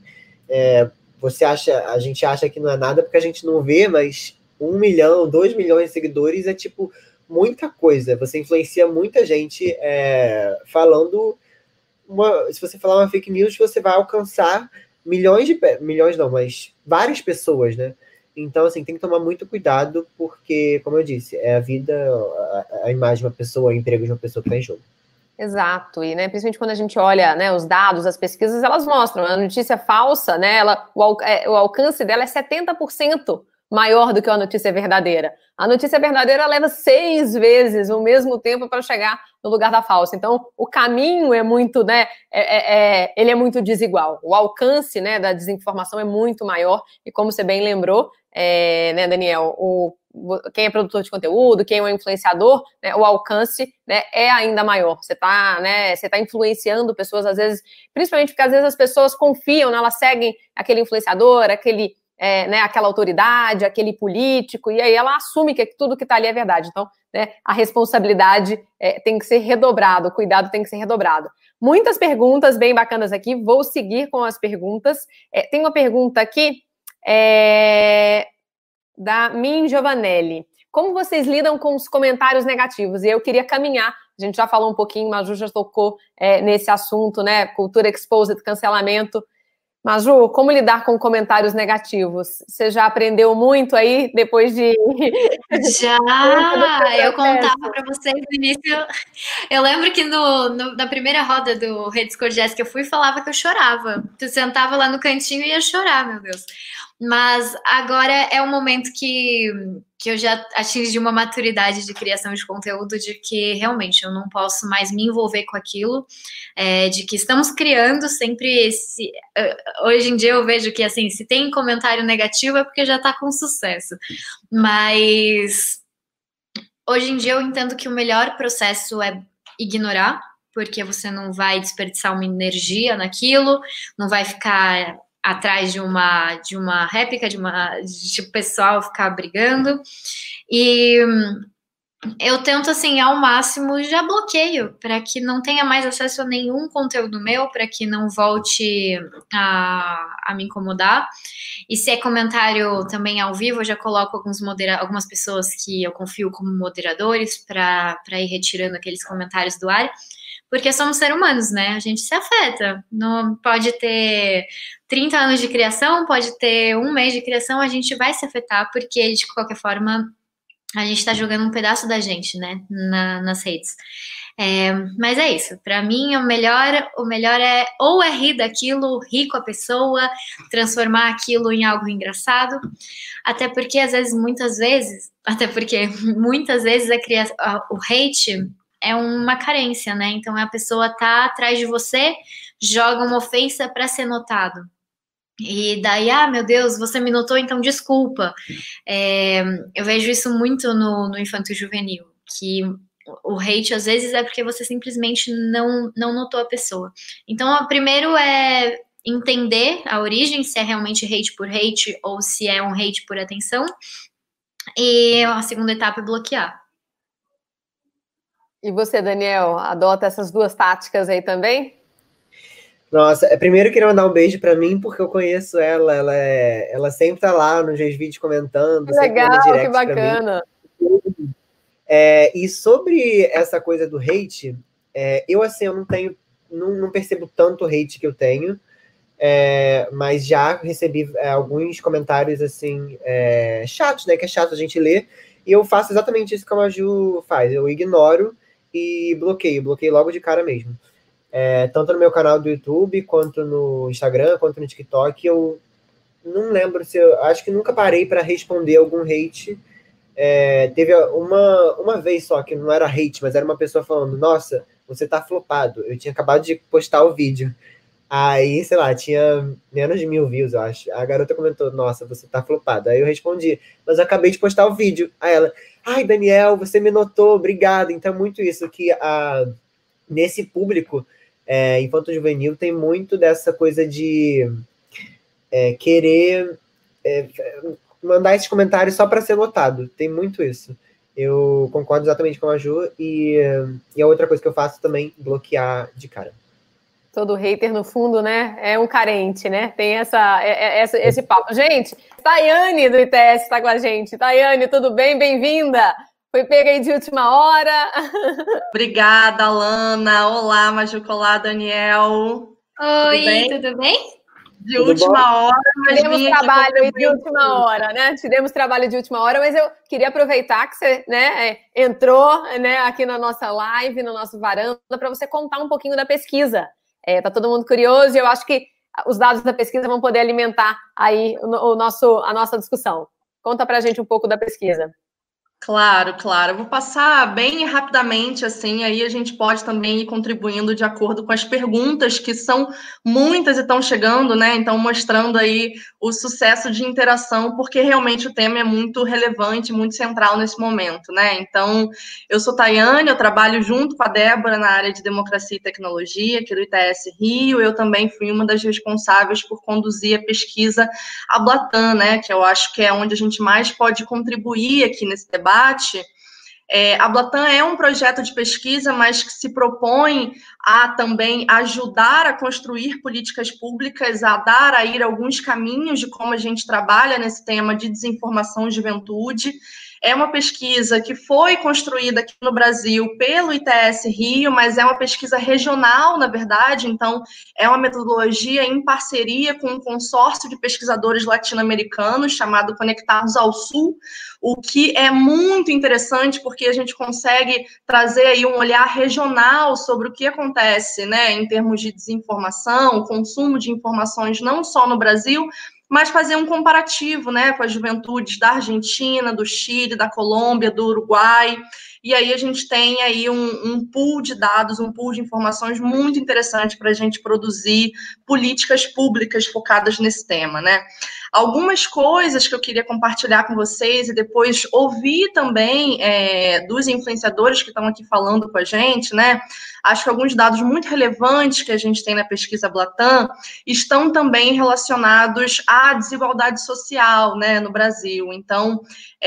A gente acha que não é nada porque a gente não vê, mas 1 milhão, 2 milhões de seguidores é tipo muita coisa. Você influencia muita gente falando se você falar uma fake news, você vai alcançar milhões não, mas várias pessoas, né? Então, assim, tem que tomar muito cuidado, porque, como eu disse, é a vida, a imagem de uma pessoa, o emprego de uma pessoa que está em jogo. Exato, e principalmente quando a gente olha, né, os dados, as pesquisas, elas mostram, a notícia falsa, né, o alcance dela é 70% maior do que a notícia verdadeira. A notícia verdadeira leva 6 vezes o mesmo tempo para chegar no lugar da falsa. Então, o caminho é muito, né, ele é muito desigual. O alcance, né, da desinformação é muito maior, e como você bem lembrou, né, Daniel, quem é produtor de conteúdo, quem é um influenciador, né, o alcance, né, é ainda maior. Você tá influenciando pessoas, às vezes, principalmente porque às vezes as pessoas confiam, né, elas seguem aquele influenciador, aquela autoridade, aquele político, e aí ela assume que tudo que está ali é verdade. Então, né, a responsabilidade tem que ser redobrada, o cuidado tem que ser redobrado. Muitas perguntas bem bacanas aqui, vou seguir com as perguntas. Tem uma pergunta aqui da Min Giovanelli. Como vocês lidam com os comentários negativos? E eu queria caminhar, a gente já falou um pouquinho, Maju já tocou nesse assunto, né? Cultura exposed, cancelamento. Maju, como lidar com comentários negativos? Você já aprendeu muito aí depois de... Já! Eu contava para vocês no início. Eu lembro que na primeira roda do Rede Discord Jéssica eu fui e falava que eu chorava. Tu sentava lá no cantinho e ia chorar, meu Deus. Mas agora é um momento que eu já atingi uma maturidade de criação de conteúdo, de que realmente eu não posso mais me envolver com aquilo, de que estamos criando sempre esse... Hoje em dia eu vejo que, assim, se tem comentário negativo é porque já está com sucesso. Mas hoje em dia eu entendo que o melhor processo é ignorar, porque você não vai desperdiçar uma energia naquilo, não vai ficar atrás de uma réplica, de tipo, pessoal ficar brigando. E eu tento, assim, ao máximo, já bloqueio, para que não tenha mais acesso a nenhum conteúdo meu, para que não volte a me incomodar. E se é comentário também ao vivo, eu já coloco algumas pessoas que eu confio como moderadores para ir retirando aqueles comentários do ar, porque somos seres humanos, né? A gente se afeta. Não pode ter 30 anos de criação, pode ter um mês de criação, a gente vai se afetar, porque, de qualquer forma, a gente está jogando um pedaço da gente, né, nas redes. Mas é isso. Para mim, o melhor é ou é rir daquilo, rir com a pessoa, transformar aquilo em algo engraçado. Até porque muitas vezes o hate é uma carência, né? Então a pessoa tá atrás de você, joga uma ofensa para ser notado. E daí, meu Deus, você me notou, então desculpa. Eu vejo isso muito no infanto-juvenil, que o hate, às vezes, é porque você simplesmente não notou a pessoa. Então, o primeiro é entender a origem, se é realmente hate por hate ou se é um hate por atenção. E a segunda etapa é bloquear. E você, Daniel, adota essas duas táticas aí também? Nossa, primeiro eu queria mandar um beijo pra mim, porque eu conheço ela. Ela sempre tá lá nos meus vídeos comentando. Que legal, que bacana. E sobre essa coisa do hate, eu não percebo tanto hate que eu tenho, mas já recebi alguns comentários assim, chatos, né? Que é chato a gente ler. E eu faço exatamente isso que a Maju faz. Eu ignoro e bloqueio logo de cara mesmo. Tanto no meu canal do YouTube, quanto no Instagram, quanto no TikTok. Eu não lembro acho que nunca parei para responder algum hate. Teve uma vez só que não era hate, mas era uma pessoa falando: nossa, você tá flopado. Eu tinha acabado de postar o vídeo. Aí, sei lá, tinha menos de 1000 views, eu acho. A garota comentou: nossa, você tá flopado. Aí eu respondi: mas eu acabei de postar o vídeo. Aí ela: ai, Daniel, você me notou, obrigado. Então é muito isso, que nesse público infanto-juvenil tem muito dessa coisa de querer mandar esses comentários só para ser notado. Tem muito isso. Eu concordo exatamente com a Ju. E a outra coisa que eu faço também, bloquear de cara. Todo hater, no fundo, né, é um carente, né? Tem esse papo. Gente, Tayane do ITS está com a gente. Tayane, tudo bem? Bem-vinda! Foi pega aí de última hora. Obrigada, Alana. Olá, Maju, olá, Daniel. Oi, tudo bem? De última hora, mas tivemos trabalho de última hora, né? Tivemos trabalho de última hora, mas eu queria aproveitar que você, né, entrou, né, aqui na nossa live, no nosso varanda, para você contar um pouquinho da pesquisa. Tá todo mundo curioso e eu acho que os dados da pesquisa vão poder alimentar aí a nossa discussão. Conta pra gente um pouco da pesquisa. Claro. Eu vou passar bem rapidamente, assim, aí a gente pode também ir contribuindo de acordo com as perguntas, que são muitas e estão chegando, né? Então, mostrando aí o sucesso de interação, porque realmente o tema é muito relevante, muito central nesse momento, né? Então, eu sou Tayane, eu trabalho junto com a Débora na área de democracia e tecnologia, aqui do ITS Rio. Eu também fui uma das responsáveis por conduzir a pesquisa Ablatan, né? Que eu acho que é onde a gente mais pode contribuir aqui nesse debate. Ablatan é um projeto de pesquisa, mas que se propõe a também ajudar a construir políticas públicas, a dar aí alguns caminhos de como a gente trabalha nesse tema de desinformação e juventude. É uma pesquisa que foi construída aqui no Brasil pelo ITS Rio, mas é uma pesquisa regional, na verdade, então é uma metodologia em parceria com um consórcio de pesquisadores latino-americanos chamado Conectados ao Sul, o que é muito interessante porque a gente consegue trazer aí um olhar regional sobre o que acontece, né, em termos de desinformação, consumo de informações não só no Brasil, mas fazer um comparativo, né, com as juventudes da Argentina, do Chile, da Colômbia, do Uruguai, e aí a gente tem aí um pool de dados, um pool de informações muito interessante para a gente produzir políticas públicas focadas nesse tema, né. Algumas coisas que eu queria compartilhar com vocês e depois ouvir também dos influenciadores que estão aqui falando com a gente, né? Acho que alguns dados muito relevantes que a gente tem na pesquisa Blatam estão também relacionados à desigualdade social, né, no Brasil. Então,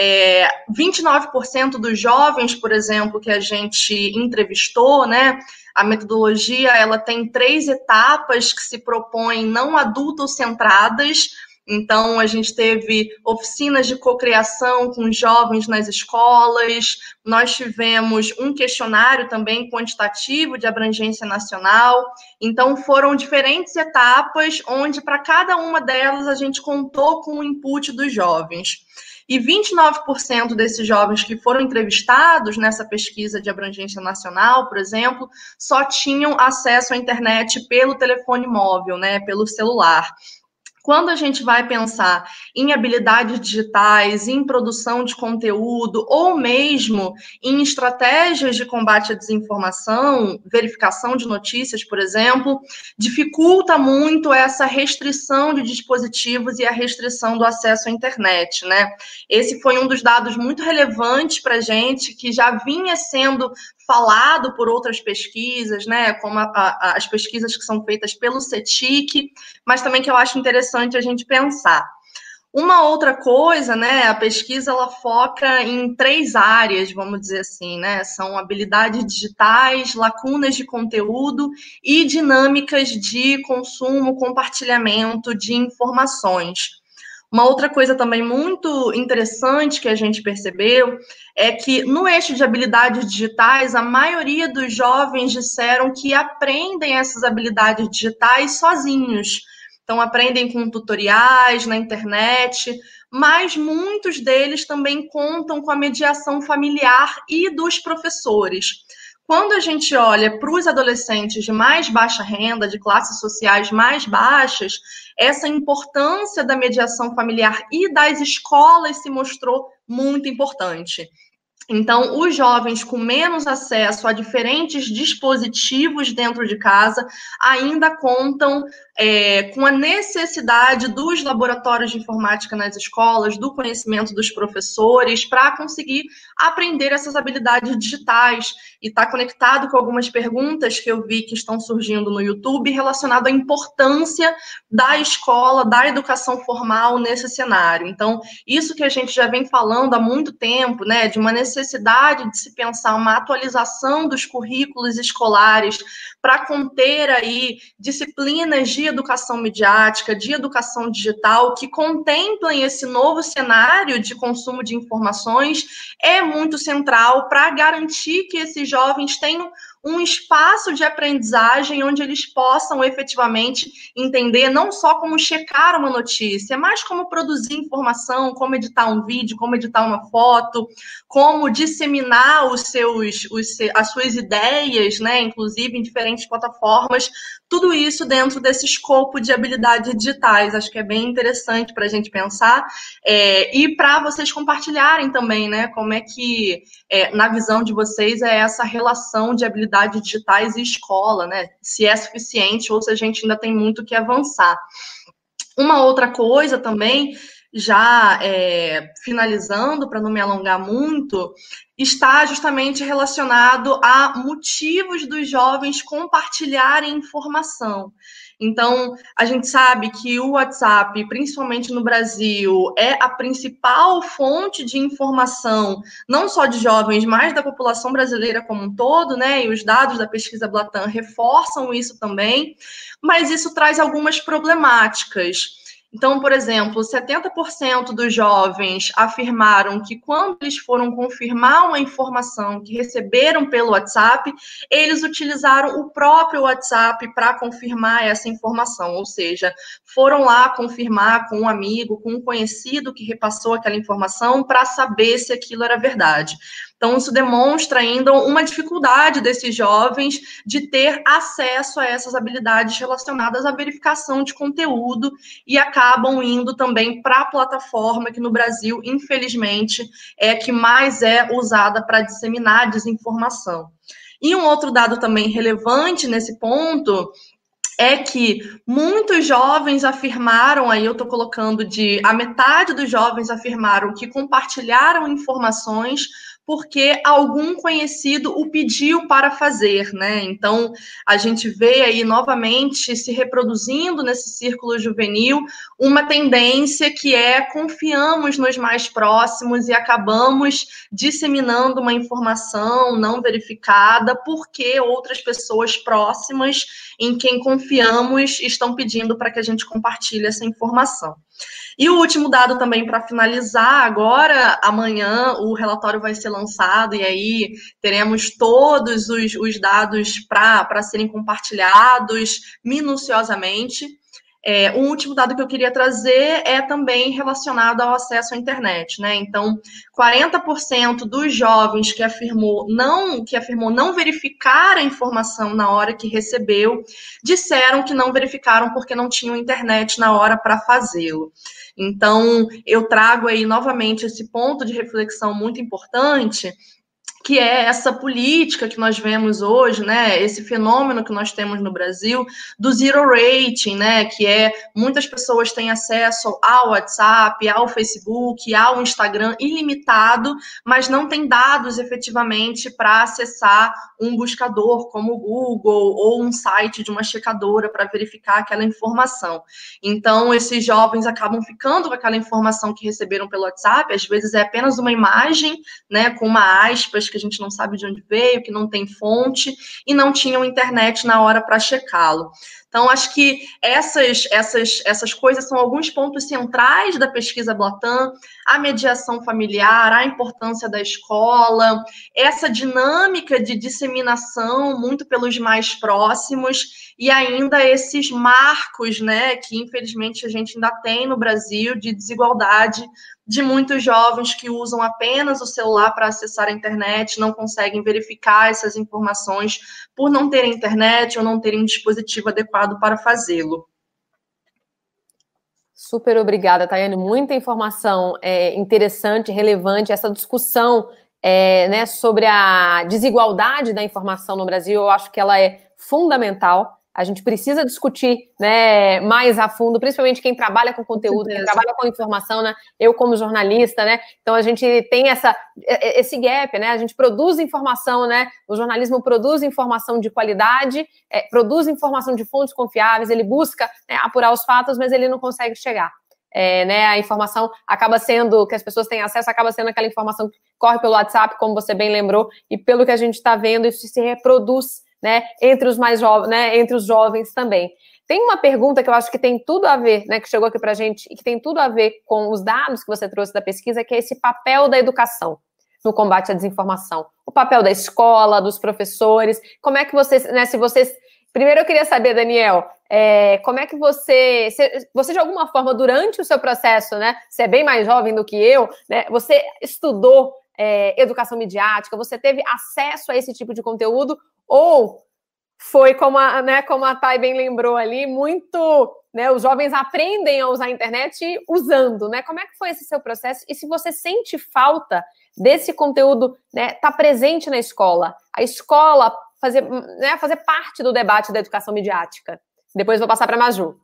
29% dos jovens, por exemplo, que a gente entrevistou, né? A metodologia, ela tem 3 etapas que se propõem não adulto-centradas. Então, a gente teve oficinas de cocriação com jovens nas escolas, nós tivemos um questionário também quantitativo de abrangência nacional. Então, foram diferentes etapas, onde para cada uma delas a gente contou com o input dos jovens. E 29% desses jovens que foram entrevistados nessa pesquisa de abrangência nacional, por exemplo, só tinham acesso à internet pelo telefone móvel, né, pelo celular. Quando a gente vai pensar em habilidades digitais, em produção de conteúdo, ou mesmo em estratégias de combate à desinformação, verificação de notícias, por exemplo, dificulta muito essa restrição de dispositivos e a restrição do acesso à internet, né? Esse foi um dos dados muito relevantes para a gente, que já vinha sendo falado por outras pesquisas, né, como as pesquisas que são feitas pelo CETIC, mas também que eu acho interessante a gente pensar. Uma outra coisa, né, a pesquisa ela foca em 3 áreas, vamos dizer assim, né, são habilidades digitais, lacunas de conteúdo e dinâmicas de consumo, compartilhamento de informações. Uma outra coisa também muito interessante que a gente percebeu é que no eixo de habilidades digitais, a maioria dos jovens disseram que aprendem essas habilidades digitais sozinhos. Então, aprendem com tutoriais na internet, mas muitos deles também contam com a mediação familiar e dos professores. Quando a gente olha para os adolescentes de mais baixa renda, de classes sociais mais baixas, essa importância da mediação familiar e das escolas se mostrou muito importante. Então, os jovens com menos acesso a diferentes dispositivos dentro de casa ainda contam com a necessidade dos laboratórios de informática nas escolas, do conhecimento dos professores, para conseguir aprender essas habilidades digitais. E está conectado com algumas perguntas que eu vi que estão surgindo no YouTube relacionado à importância da escola, da educação formal nesse cenário. Então, isso que a gente já vem falando há muito tempo, né, de uma necessidade de se pensar uma atualização dos currículos escolares para conter aí disciplinas de educação midiática, de educação digital, que contemplem esse novo cenário de consumo de informações, é muito central para garantir que esses jovens tenham um espaço de aprendizagem onde eles possam efetivamente entender não só como checar uma notícia, mas como produzir informação, como editar um vídeo, como editar uma foto, como disseminar as suas ideias, né, inclusive em diferentes plataformas, tudo isso dentro desse escopo de habilidades digitais. Acho que é bem interessante para a gente pensar e para vocês compartilharem também, né, como é que, na visão de vocês, é essa relação de habilidades digitais e escola, né? Se é suficiente ou se a gente ainda tem muito que avançar. Uma outra coisa também, já finalizando, para não me alongar muito, está justamente relacionado a motivos dos jovens compartilharem informação. Então, a gente sabe que o WhatsApp, principalmente no Brasil, é a principal fonte de informação, não só de jovens, mas da população brasileira como um todo, né? E os dados da pesquisa Blatan reforçam isso também, mas isso traz algumas problemáticas. Então, por exemplo, 70% dos jovens afirmaram que quando eles foram confirmar uma informação que receberam pelo WhatsApp, eles utilizaram o próprio WhatsApp para confirmar essa informação, ou seja, foram lá confirmar com um amigo, com um conhecido que repassou aquela informação para saber se aquilo era verdade. Então, isso demonstra ainda uma dificuldade desses jovens de ter acesso a essas habilidades relacionadas à verificação de conteúdo e acabam indo também para a plataforma que no Brasil, infelizmente, é a que mais é usada para disseminar desinformação. E um outro dado também relevante nesse ponto é que muitos jovens afirmaram, aí eu estou colocando a metade dos jovens afirmaram que compartilharam informações porque algum conhecido o pediu para fazer, né? Então, a gente vê aí novamente se reproduzindo nesse círculo juvenil uma tendência que é confiamos nos mais próximos e acabamos disseminando uma informação não verificada porque outras pessoas próximas em quem confiamos estão pedindo para que a gente compartilhe essa informação. E o último dado também para finalizar, agora, amanhã, o relatório vai ser lançado e aí teremos todos os dados para serem compartilhados minuciosamente. Um último dado que eu queria trazer é também relacionado ao acesso à internet, né? Então, 40% dos jovens que afirmou não verificar a informação na hora que recebeu, disseram que não verificaram porque não tinham internet na hora para fazê-lo. Então, eu trago aí novamente esse ponto de reflexão muito importante, que é essa política que nós vemos hoje, né, esse fenômeno que nós temos no Brasil, do zero rating, né, que é muitas pessoas têm acesso ao WhatsApp, ao Facebook, ao Instagram ilimitado, mas não têm dados efetivamente para acessar um buscador como o Google ou um site de uma checadora para verificar aquela informação. Então, esses jovens acabam ficando com aquela informação que receberam pelo WhatsApp, às vezes é apenas uma imagem, né, com uma aspas que a gente não sabe de onde veio, que não tem fonte, e não tinham internet na hora para checá-lo. Então, acho que essas coisas são alguns pontos centrais da pesquisa Blatan, a mediação familiar, a importância da escola, essa dinâmica de disseminação muito pelos mais próximos, e ainda esses marcos, né, que infelizmente a gente ainda tem no Brasil, de desigualdade de muitos jovens que usam apenas o celular para acessar a internet, não conseguem verificar essas informações por não terem internet ou não terem um dispositivo adequado para fazê-lo. Super obrigada, Tayane. Muita informação interessante, relevante, essa discussão né, sobre a desigualdade da informação no Brasil, eu acho que ela é fundamental. A gente precisa discutir, né, mais a fundo, principalmente quem trabalha com conteúdo, quem trabalha com informação, né? Eu como jornalista, né? Então a gente tem esse gap, né? A gente produz informação, né? O jornalismo produz informação de qualidade, produz informação de fontes confiáveis, ele busca, né, apurar os fatos, mas ele não consegue chegar. Né, a informação acaba sendo, que as pessoas têm acesso, acaba sendo aquela informação que corre pelo WhatsApp, como você bem lembrou, e pelo que a gente está vendo, isso se reproduz, né, entre os mais jovens, né, entre os jovens também. Tem uma pergunta que eu acho que tem tudo a ver, né, que chegou aqui para a gente, e que tem tudo a ver com os dados que você trouxe da pesquisa, que é esse papel da educação no combate à desinformação. O papel da escola, dos professores, como é que vocês, né, se vocês... Primeiro eu queria saber, Daniel, como é que você de alguma forma, durante o seu processo, né, você é bem mais jovem do que eu, né, você estudou educação midiática, você teve acesso a esse tipo de conteúdo, ou foi, como a Thay bem lembrou ali, muito, né, os jovens aprendem a usar a internet usando, né? Como é que foi esse seu processo? E se você sente falta desse conteúdo, né, tá presente na escola, a escola fazer parte do debate da educação midiática? Depois vou passar para a Maju.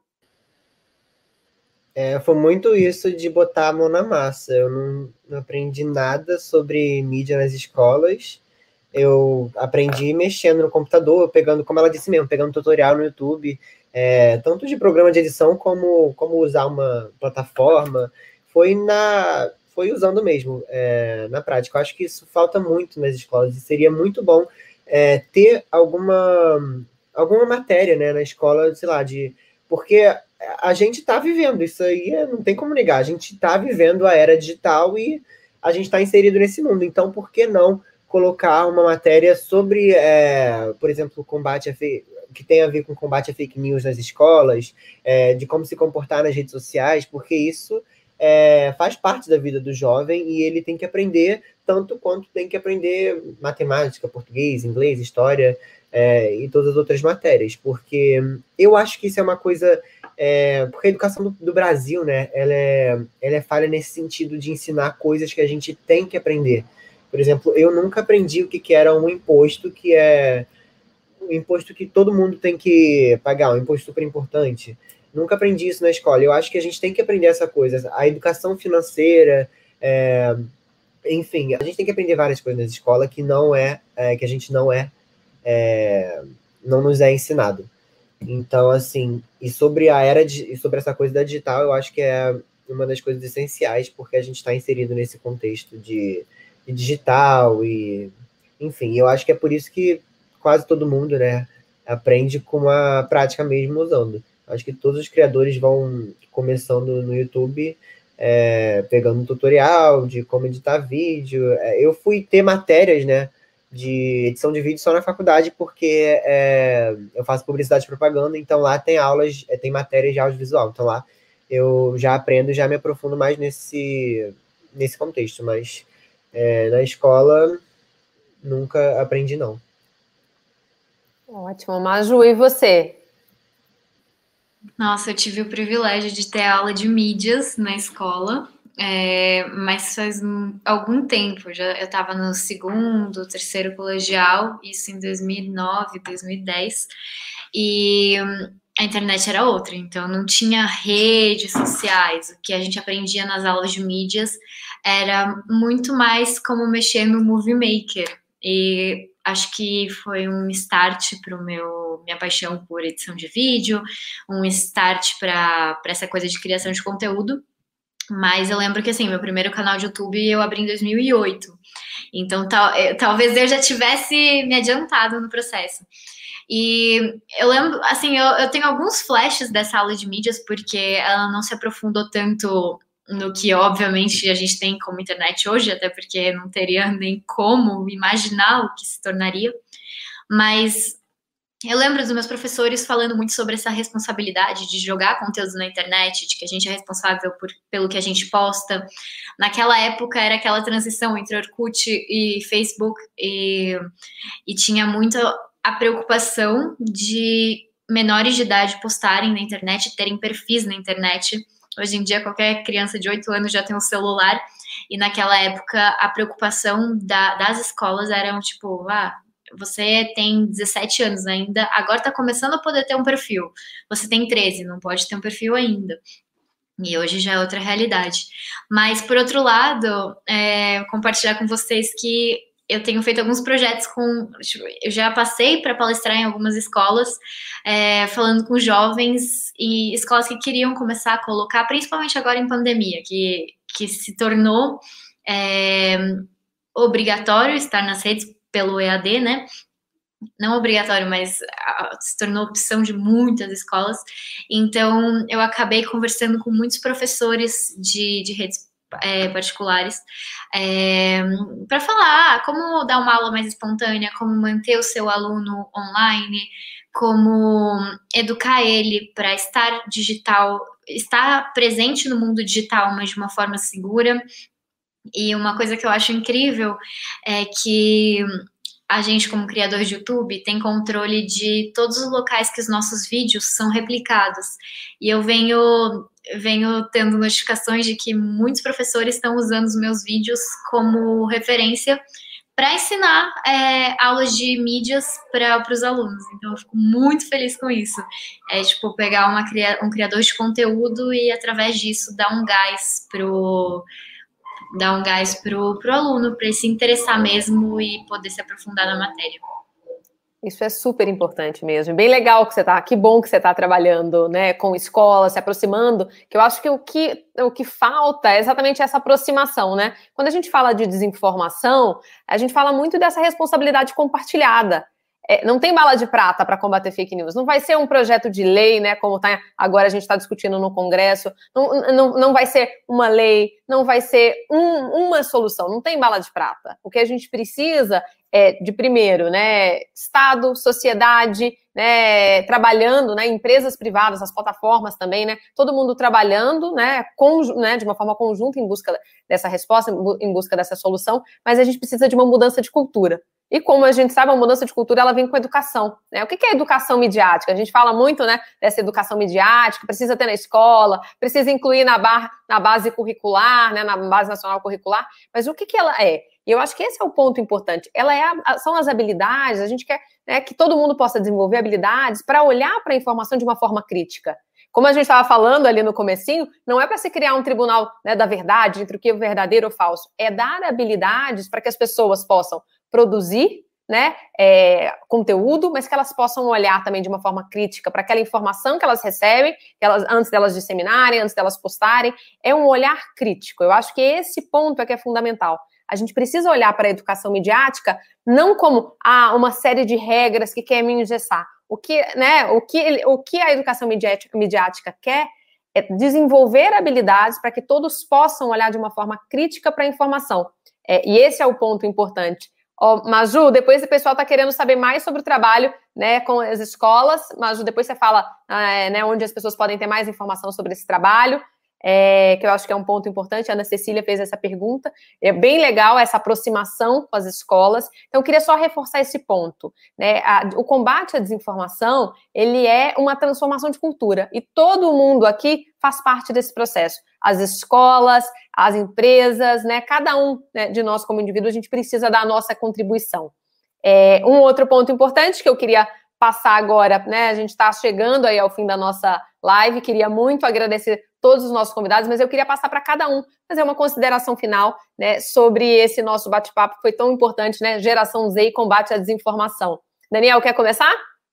Foi muito isso de botar a mão na massa. Eu não aprendi nada sobre mídia nas escolas. eu aprendi mexendo no computador, pegando, como ela disse mesmo, pegando tutorial no YouTube, tanto de programa de edição como usar uma plataforma, foi usando mesmo, na prática. Eu acho que isso falta muito nas escolas, e seria muito bom ter alguma matéria, né, na escola, sei lá, porque a gente está vivendo, isso aí não tem como negar, a gente está vivendo a era digital e a gente está inserido nesse mundo, então por que não colocar uma matéria sobre, por exemplo, que tem a ver com combate a fake news nas escolas, de como se comportar nas redes sociais, porque isso faz parte da vida do jovem e ele tem que aprender tanto quanto tem que aprender matemática, português, inglês, história e todas as outras matérias, porque eu acho que isso é uma coisa... porque a educação do Brasil, né, ela é falha nesse sentido de ensinar coisas que a gente tem que aprender. Por exemplo, eu nunca aprendi o que era um imposto que é um imposto que todo mundo tem que pagar, um imposto super importante. Nunca aprendi isso na escola. Eu acho que a gente tem que aprender essa coisa. A educação financeira, enfim, a gente tem que aprender várias coisas na escola que que a gente não nos é ensinado. Então, assim, e sobre essa coisa da digital, eu acho que é uma das coisas essenciais, porque a gente está inserido nesse contexto de digital e, enfim, eu acho que é por isso que quase todo mundo, né, aprende com a prática mesmo usando. Acho que todos os criadores vão começando no YouTube, pegando um tutorial de como editar vídeo. Eu fui ter matérias, né, de edição de vídeo só na faculdade, porque eu faço publicidade e propaganda, então lá tem aulas, tem matérias de audiovisual, então lá eu já aprendo, já me aprofundo mais nesse contexto, mas na escola nunca aprendi, não. Ótimo, Maju, e você? Nossa, eu tive o privilégio de ter aula de mídias na escola, mas faz algum tempo, eu estava no segundo, terceiro colegial, isso em 2009, 2010, e a internet era outra, então não tinha redes sociais. O que a gente aprendia nas aulas de mídias era muito mais como mexer no Movie Maker, e acho que foi um start para minha paixão por edição de vídeo, um start para essa coisa de criação de conteúdo. Mas eu lembro que, assim, meu primeiro canal de YouTube eu abri em 2008. Então, talvez eu já tivesse me adiantado no processo. E eu lembro, assim, eu tenho alguns flashes dessa aula de mídias, porque ela não se aprofundou tanto no que, obviamente, a gente tem como internet hoje, até porque não teria nem como imaginar o que se tornaria. Mas eu lembro dos meus professores falando muito sobre essa responsabilidade de jogar conteúdos na internet, de que a gente é responsável pelo que a gente posta. Naquela época era aquela transição entre Orkut e Facebook, e tinha muito a preocupação de menores de idade postarem na internet, terem perfis na internet. Hoje em dia, qualquer criança de 8 anos já tem um celular, e naquela época a preocupação das escolas era tipo, você tem 17 anos ainda, agora tá começando a poder ter um perfil. Você tem 13, não pode ter um perfil ainda. E hoje já é outra realidade. Mas, por outro lado, compartilhar com vocês que eu tenho feito alguns projetos eu já passei para palestrar em algumas escolas, falando com jovens e escolas que queriam começar a colocar, principalmente agora em pandemia, que se tornou obrigatório estar nas redes pelo EAD, né? Não obrigatório, mas se tornou opção de muitas escolas. Então, eu acabei conversando com muitos professores de redes particulares para falar como dar uma aula mais espontânea, como manter o seu aluno online, como educar ele para estar digital, estar presente no mundo digital, mas de uma forma segura. E uma coisa que eu acho incrível é que a gente, como criador de YouTube, tem controle de todos os locais que os nossos vídeos são replicados. E eu venho tendo notificações de que muitos professores estão usando os meus vídeos como referência para ensinar aulas de mídias para os alunos. Então, eu fico muito feliz com isso. Tipo, pegar um criador de conteúdo e, através disso, dar um gás dar um gás pro aluno, para ele se interessar mesmo e poder se aprofundar na matéria. Isso é super importante mesmo. Bem legal que bom que você está trabalhando, né, com escola, se aproximando, que eu acho que o que falta é exatamente essa aproximação, né? Quando a gente fala de desinformação, a gente fala muito dessa responsabilidade compartilhada. Não tem bala de prata para combater fake news. Não vai ser um projeto de lei, né? Como agora a gente está discutindo no Congresso. Não vai ser uma lei, não vai ser uma solução. Não tem bala de prata. O que a gente precisa é de, primeiro, né, Estado, sociedade, né, trabalhando, né, empresas privadas, as plataformas também, né, todo mundo trabalhando, né, de uma forma conjunta em busca dessa resposta, em busca dessa solução, mas a gente precisa de uma mudança de cultura. E como a gente sabe, a mudança de cultura, ela vem com a educação, né? O que é educação midiática? A gente fala muito, né, dessa educação midiática, precisa ter na escola, precisa incluir na base curricular, né, na base nacional curricular, mas o que ela é? E eu acho que esse é o ponto importante. São as habilidades, a gente quer, né, que todo mundo possa desenvolver habilidades para olhar para a informação de uma forma crítica. Como a gente estava falando ali no comecinho, não é para se criar um tribunal, né, da verdade, entre o que é verdadeiro ou falso. É dar habilidades para que as pessoas possam produzir, né, conteúdo, mas que elas possam olhar também de uma forma crítica para aquela informação que elas recebem, antes delas disseminarem, antes delas postarem. É um olhar crítico. Eu acho que esse ponto é que é fundamental. A gente precisa olhar para a educação midiática não como uma série de regras que quer me engessar. O que a educação midiática quer é desenvolver habilidades para que todos possam olhar de uma forma crítica para a informação. E esse é o ponto importante. Maju, depois o pessoal está querendo saber mais sobre o trabalho, né, com as escolas. Maju, depois você fala né, onde as pessoas podem ter mais informação sobre esse trabalho. Que eu acho que é um ponto importante. A Ana Cecília fez essa pergunta. É bem legal essa aproximação com as escolas. Então, eu queria só reforçar esse ponto, né? O combate à desinformação, ele é uma transformação de cultura. E todo mundo aqui faz parte desse processo. As escolas, as empresas, né? Cada um, né, de nós como indivíduo, a gente precisa dar a nossa contribuição. Um outro ponto importante que eu queria passar agora, né? A gente está chegando aí ao fim da nossa live. Queria muito agradecer todos os nossos convidados, mas eu queria passar para cada um, fazer uma consideração final, né, sobre esse nosso bate-papo que foi tão importante, né? Geração Z e combate à desinformação. Daniel, quer começar?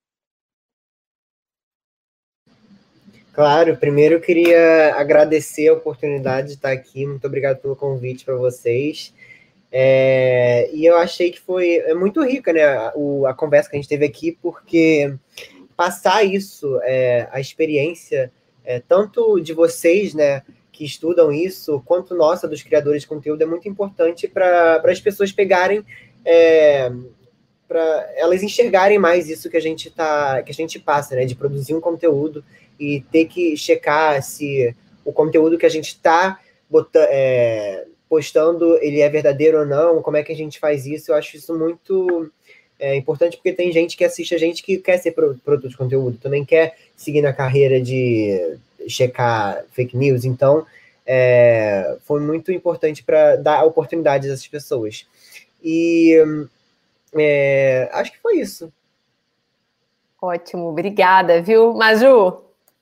Claro, primeiro eu queria agradecer a oportunidade de estar aqui. Muito obrigado pelo convite para vocês. E eu achei que foi muito rica, né, a conversa que a gente teve aqui, porque passar isso, a experiência, tanto de vocês, né, que estudam isso, quanto nossa, dos criadores de conteúdo, é muito importante para as pessoas pegarem, para elas enxergarem mais isso que a gente passa, né, de produzir um conteúdo e ter que checar se o conteúdo que a gente está postando, ele é verdadeiro ou não, como é que a gente faz isso. Eu acho isso muito importante, porque tem gente que assiste a gente que quer ser produtor de conteúdo, também quer seguir na carreira de checar fake news. Então, foi muito importante para dar oportunidades a essas pessoas. E acho que foi isso. Ótimo, obrigada, viu, Maju?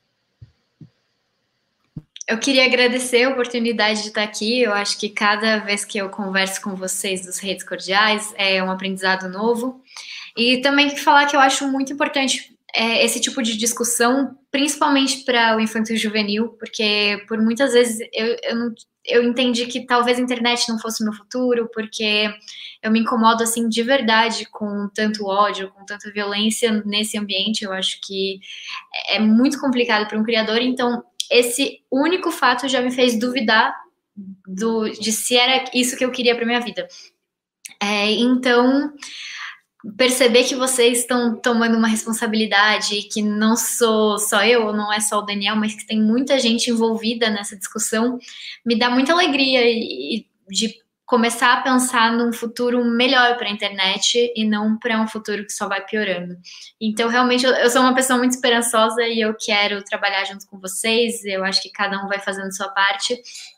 Eu queria agradecer a oportunidade de estar aqui. Eu acho que cada vez que eu converso com vocês dos Redes Cordiais é um aprendizado novo. E também falar que eu acho muito importante esse tipo de discussão, principalmente para o infantil juvenil, porque por muitas vezes eu entendi que talvez a internet não fosse o meu futuro, porque eu me incomodo assim de verdade com tanto ódio, com tanta violência nesse ambiente. Eu acho que é muito complicado para um criador. Então, esse único fato já me fez duvidar de se era isso que eu queria para minha vida. Então, perceber que vocês estão tomando uma responsabilidade, que não sou só eu, não é só o Daniel, mas que tem muita gente envolvida nessa discussão, me dá muita alegria de começar a pensar num futuro melhor para a internet e não para um futuro que só vai piorando. Então, realmente, eu sou uma pessoa muito esperançosa e eu quero trabalhar junto com vocês. Eu acho que cada um vai fazendo sua parte.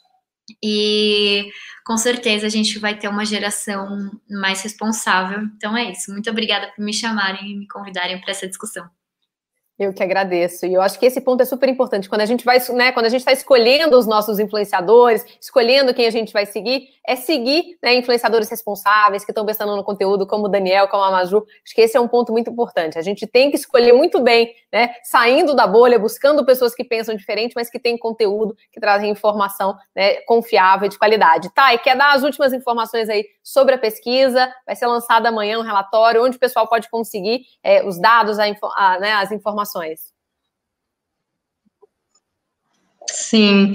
E com certeza a gente vai ter uma geração mais responsável. Então é isso. Muito obrigada por me chamarem e me convidarem para essa discussão. Eu que agradeço. E eu acho que esse ponto é super importante. Quando a gente vai, né, quando a gente está escolhendo os nossos influenciadores, escolhendo quem a gente vai seguir, é seguir, né, influenciadores responsáveis que estão pensando no conteúdo, como o Daniel, como a Maju. Acho que esse é um ponto muito importante. A gente tem que escolher muito bem, né, saindo da bolha, buscando pessoas que pensam diferente, mas que têm conteúdo, que trazem informação, né, confiável e de qualidade. Tá, e quer dar as últimas informações aí sobre a pesquisa? Vai ser lançado amanhã um relatório onde o pessoal pode conseguir os dados, né, as informações. Sim,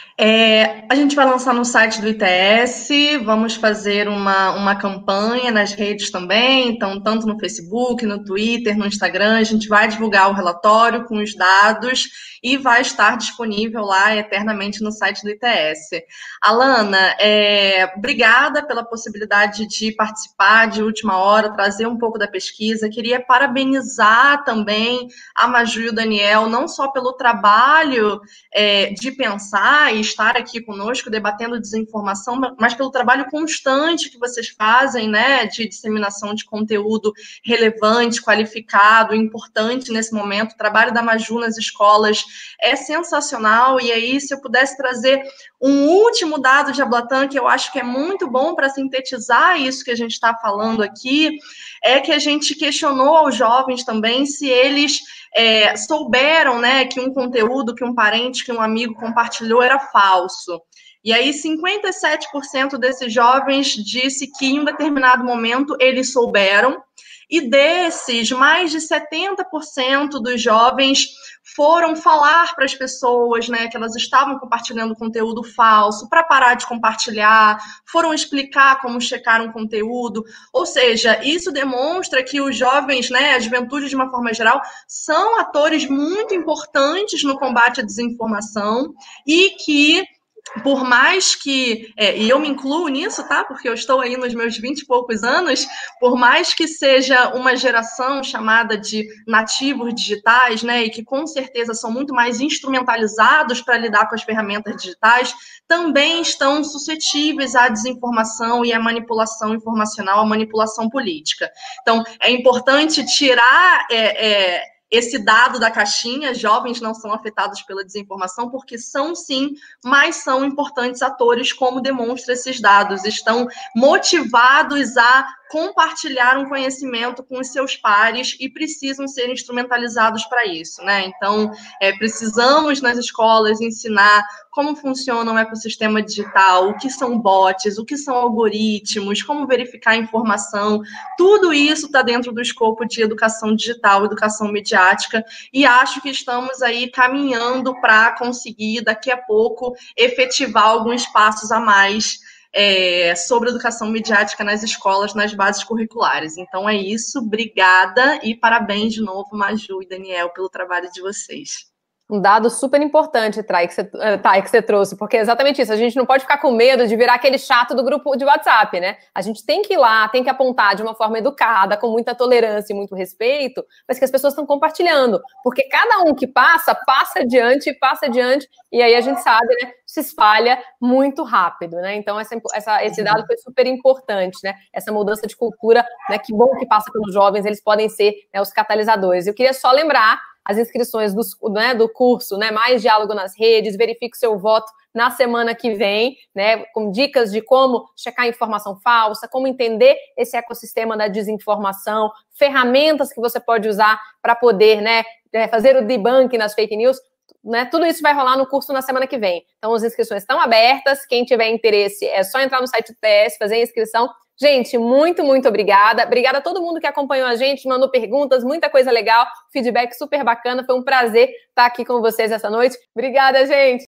a gente vai lançar no site do ITS, vamos fazer uma campanha nas redes também, então tanto no Facebook, no Twitter, no Instagram, a gente vai divulgar o relatório com os dados e vai estar disponível lá eternamente no site do ITS. Alana, obrigada pela possibilidade de participar de última hora, trazer um pouco da pesquisa, queria parabenizar também a Maju e o Daniel, não só pelo trabalho de pensar e estar aqui conosco debatendo desinformação, mas pelo trabalho constante que vocês fazem, né, de disseminação de conteúdo relevante, qualificado, importante nesse momento. O trabalho da Maju nas escolas é sensacional, e aí, se eu pudesse trazer um último dado de Ablatan, que eu acho que é muito bom para sintetizar isso que a gente está falando aqui, é que a gente questionou aos jovens também se eles souberam, né, que um conteúdo, que um parente, que um amigo compartilhou era falso. E aí 57% desses jovens disse que em um determinado momento eles souberam, e desses, mais de 70% dos jovens foram falar para as pessoas, né, que elas estavam compartilhando conteúdo falso, para parar de compartilhar, foram explicar como checar um conteúdo, ou seja, isso demonstra que os jovens, né, a juventude de uma forma geral, são atores muito importantes no combate à desinformação, e que por mais que, e eu me incluo nisso, tá? Porque eu estou aí nos meus 20 e poucos anos, por mais que seja uma geração chamada de nativos digitais, né, e que com certeza são muito mais instrumentalizados para lidar com as ferramentas digitais, também estão suscetíveis à desinformação e à manipulação informacional, à manipulação política. Então, é importante tirar esse dado da caixinha, jovens não são afetados pela desinformação, porque são sim, mas são importantes atores, como demonstra esses dados, estão motivados a compartilhar um conhecimento com os seus pares e precisam ser instrumentalizados para isso, né? Então, precisamos nas escolas ensinar como funciona o ecossistema digital, o que são bots, o que são algoritmos, como verificar a informação, tudo isso está dentro do escopo de educação digital, educação midiática, e acho que estamos aí caminhando para conseguir, daqui a pouco, efetivar alguns passos a mais sobre educação midiática nas escolas, nas bases curriculares. Então é isso, obrigada e parabéns de novo, Maju e Daniel, pelo trabalho de vocês. Um dado super importante, Thay, que você trouxe, porque é exatamente isso, a gente não pode ficar com medo de virar aquele chato do grupo de WhatsApp, né? A gente tem que ir lá, tem que apontar de uma forma educada, com muita tolerância e muito respeito, mas que as pessoas estão compartilhando, porque cada um que passa adiante, e aí a gente sabe, né, se espalha muito rápido, né? Então esse dado foi super importante, né? Essa mudança de cultura, né? Que bom que passa pelos jovens, eles podem ser, né, os catalisadores. Eu queria só lembrar as inscrições do curso, né, Mais Diálogo nas Redes, verifique o seu voto na semana que vem, né, com dicas de como checar informação falsa, como entender esse ecossistema da desinformação, ferramentas que você pode usar para poder, né, fazer o debunk nas fake news, né, tudo isso vai rolar no curso na semana que vem. Então, as inscrições estão abertas, quem tiver interesse é só entrar no site do TS, fazer a inscrição. Gente, muito, muito obrigada. Obrigada a todo mundo que acompanhou a gente, mandou perguntas, muita coisa legal, feedback super bacana. Foi um prazer estar aqui com vocês essa noite. Obrigada, gente.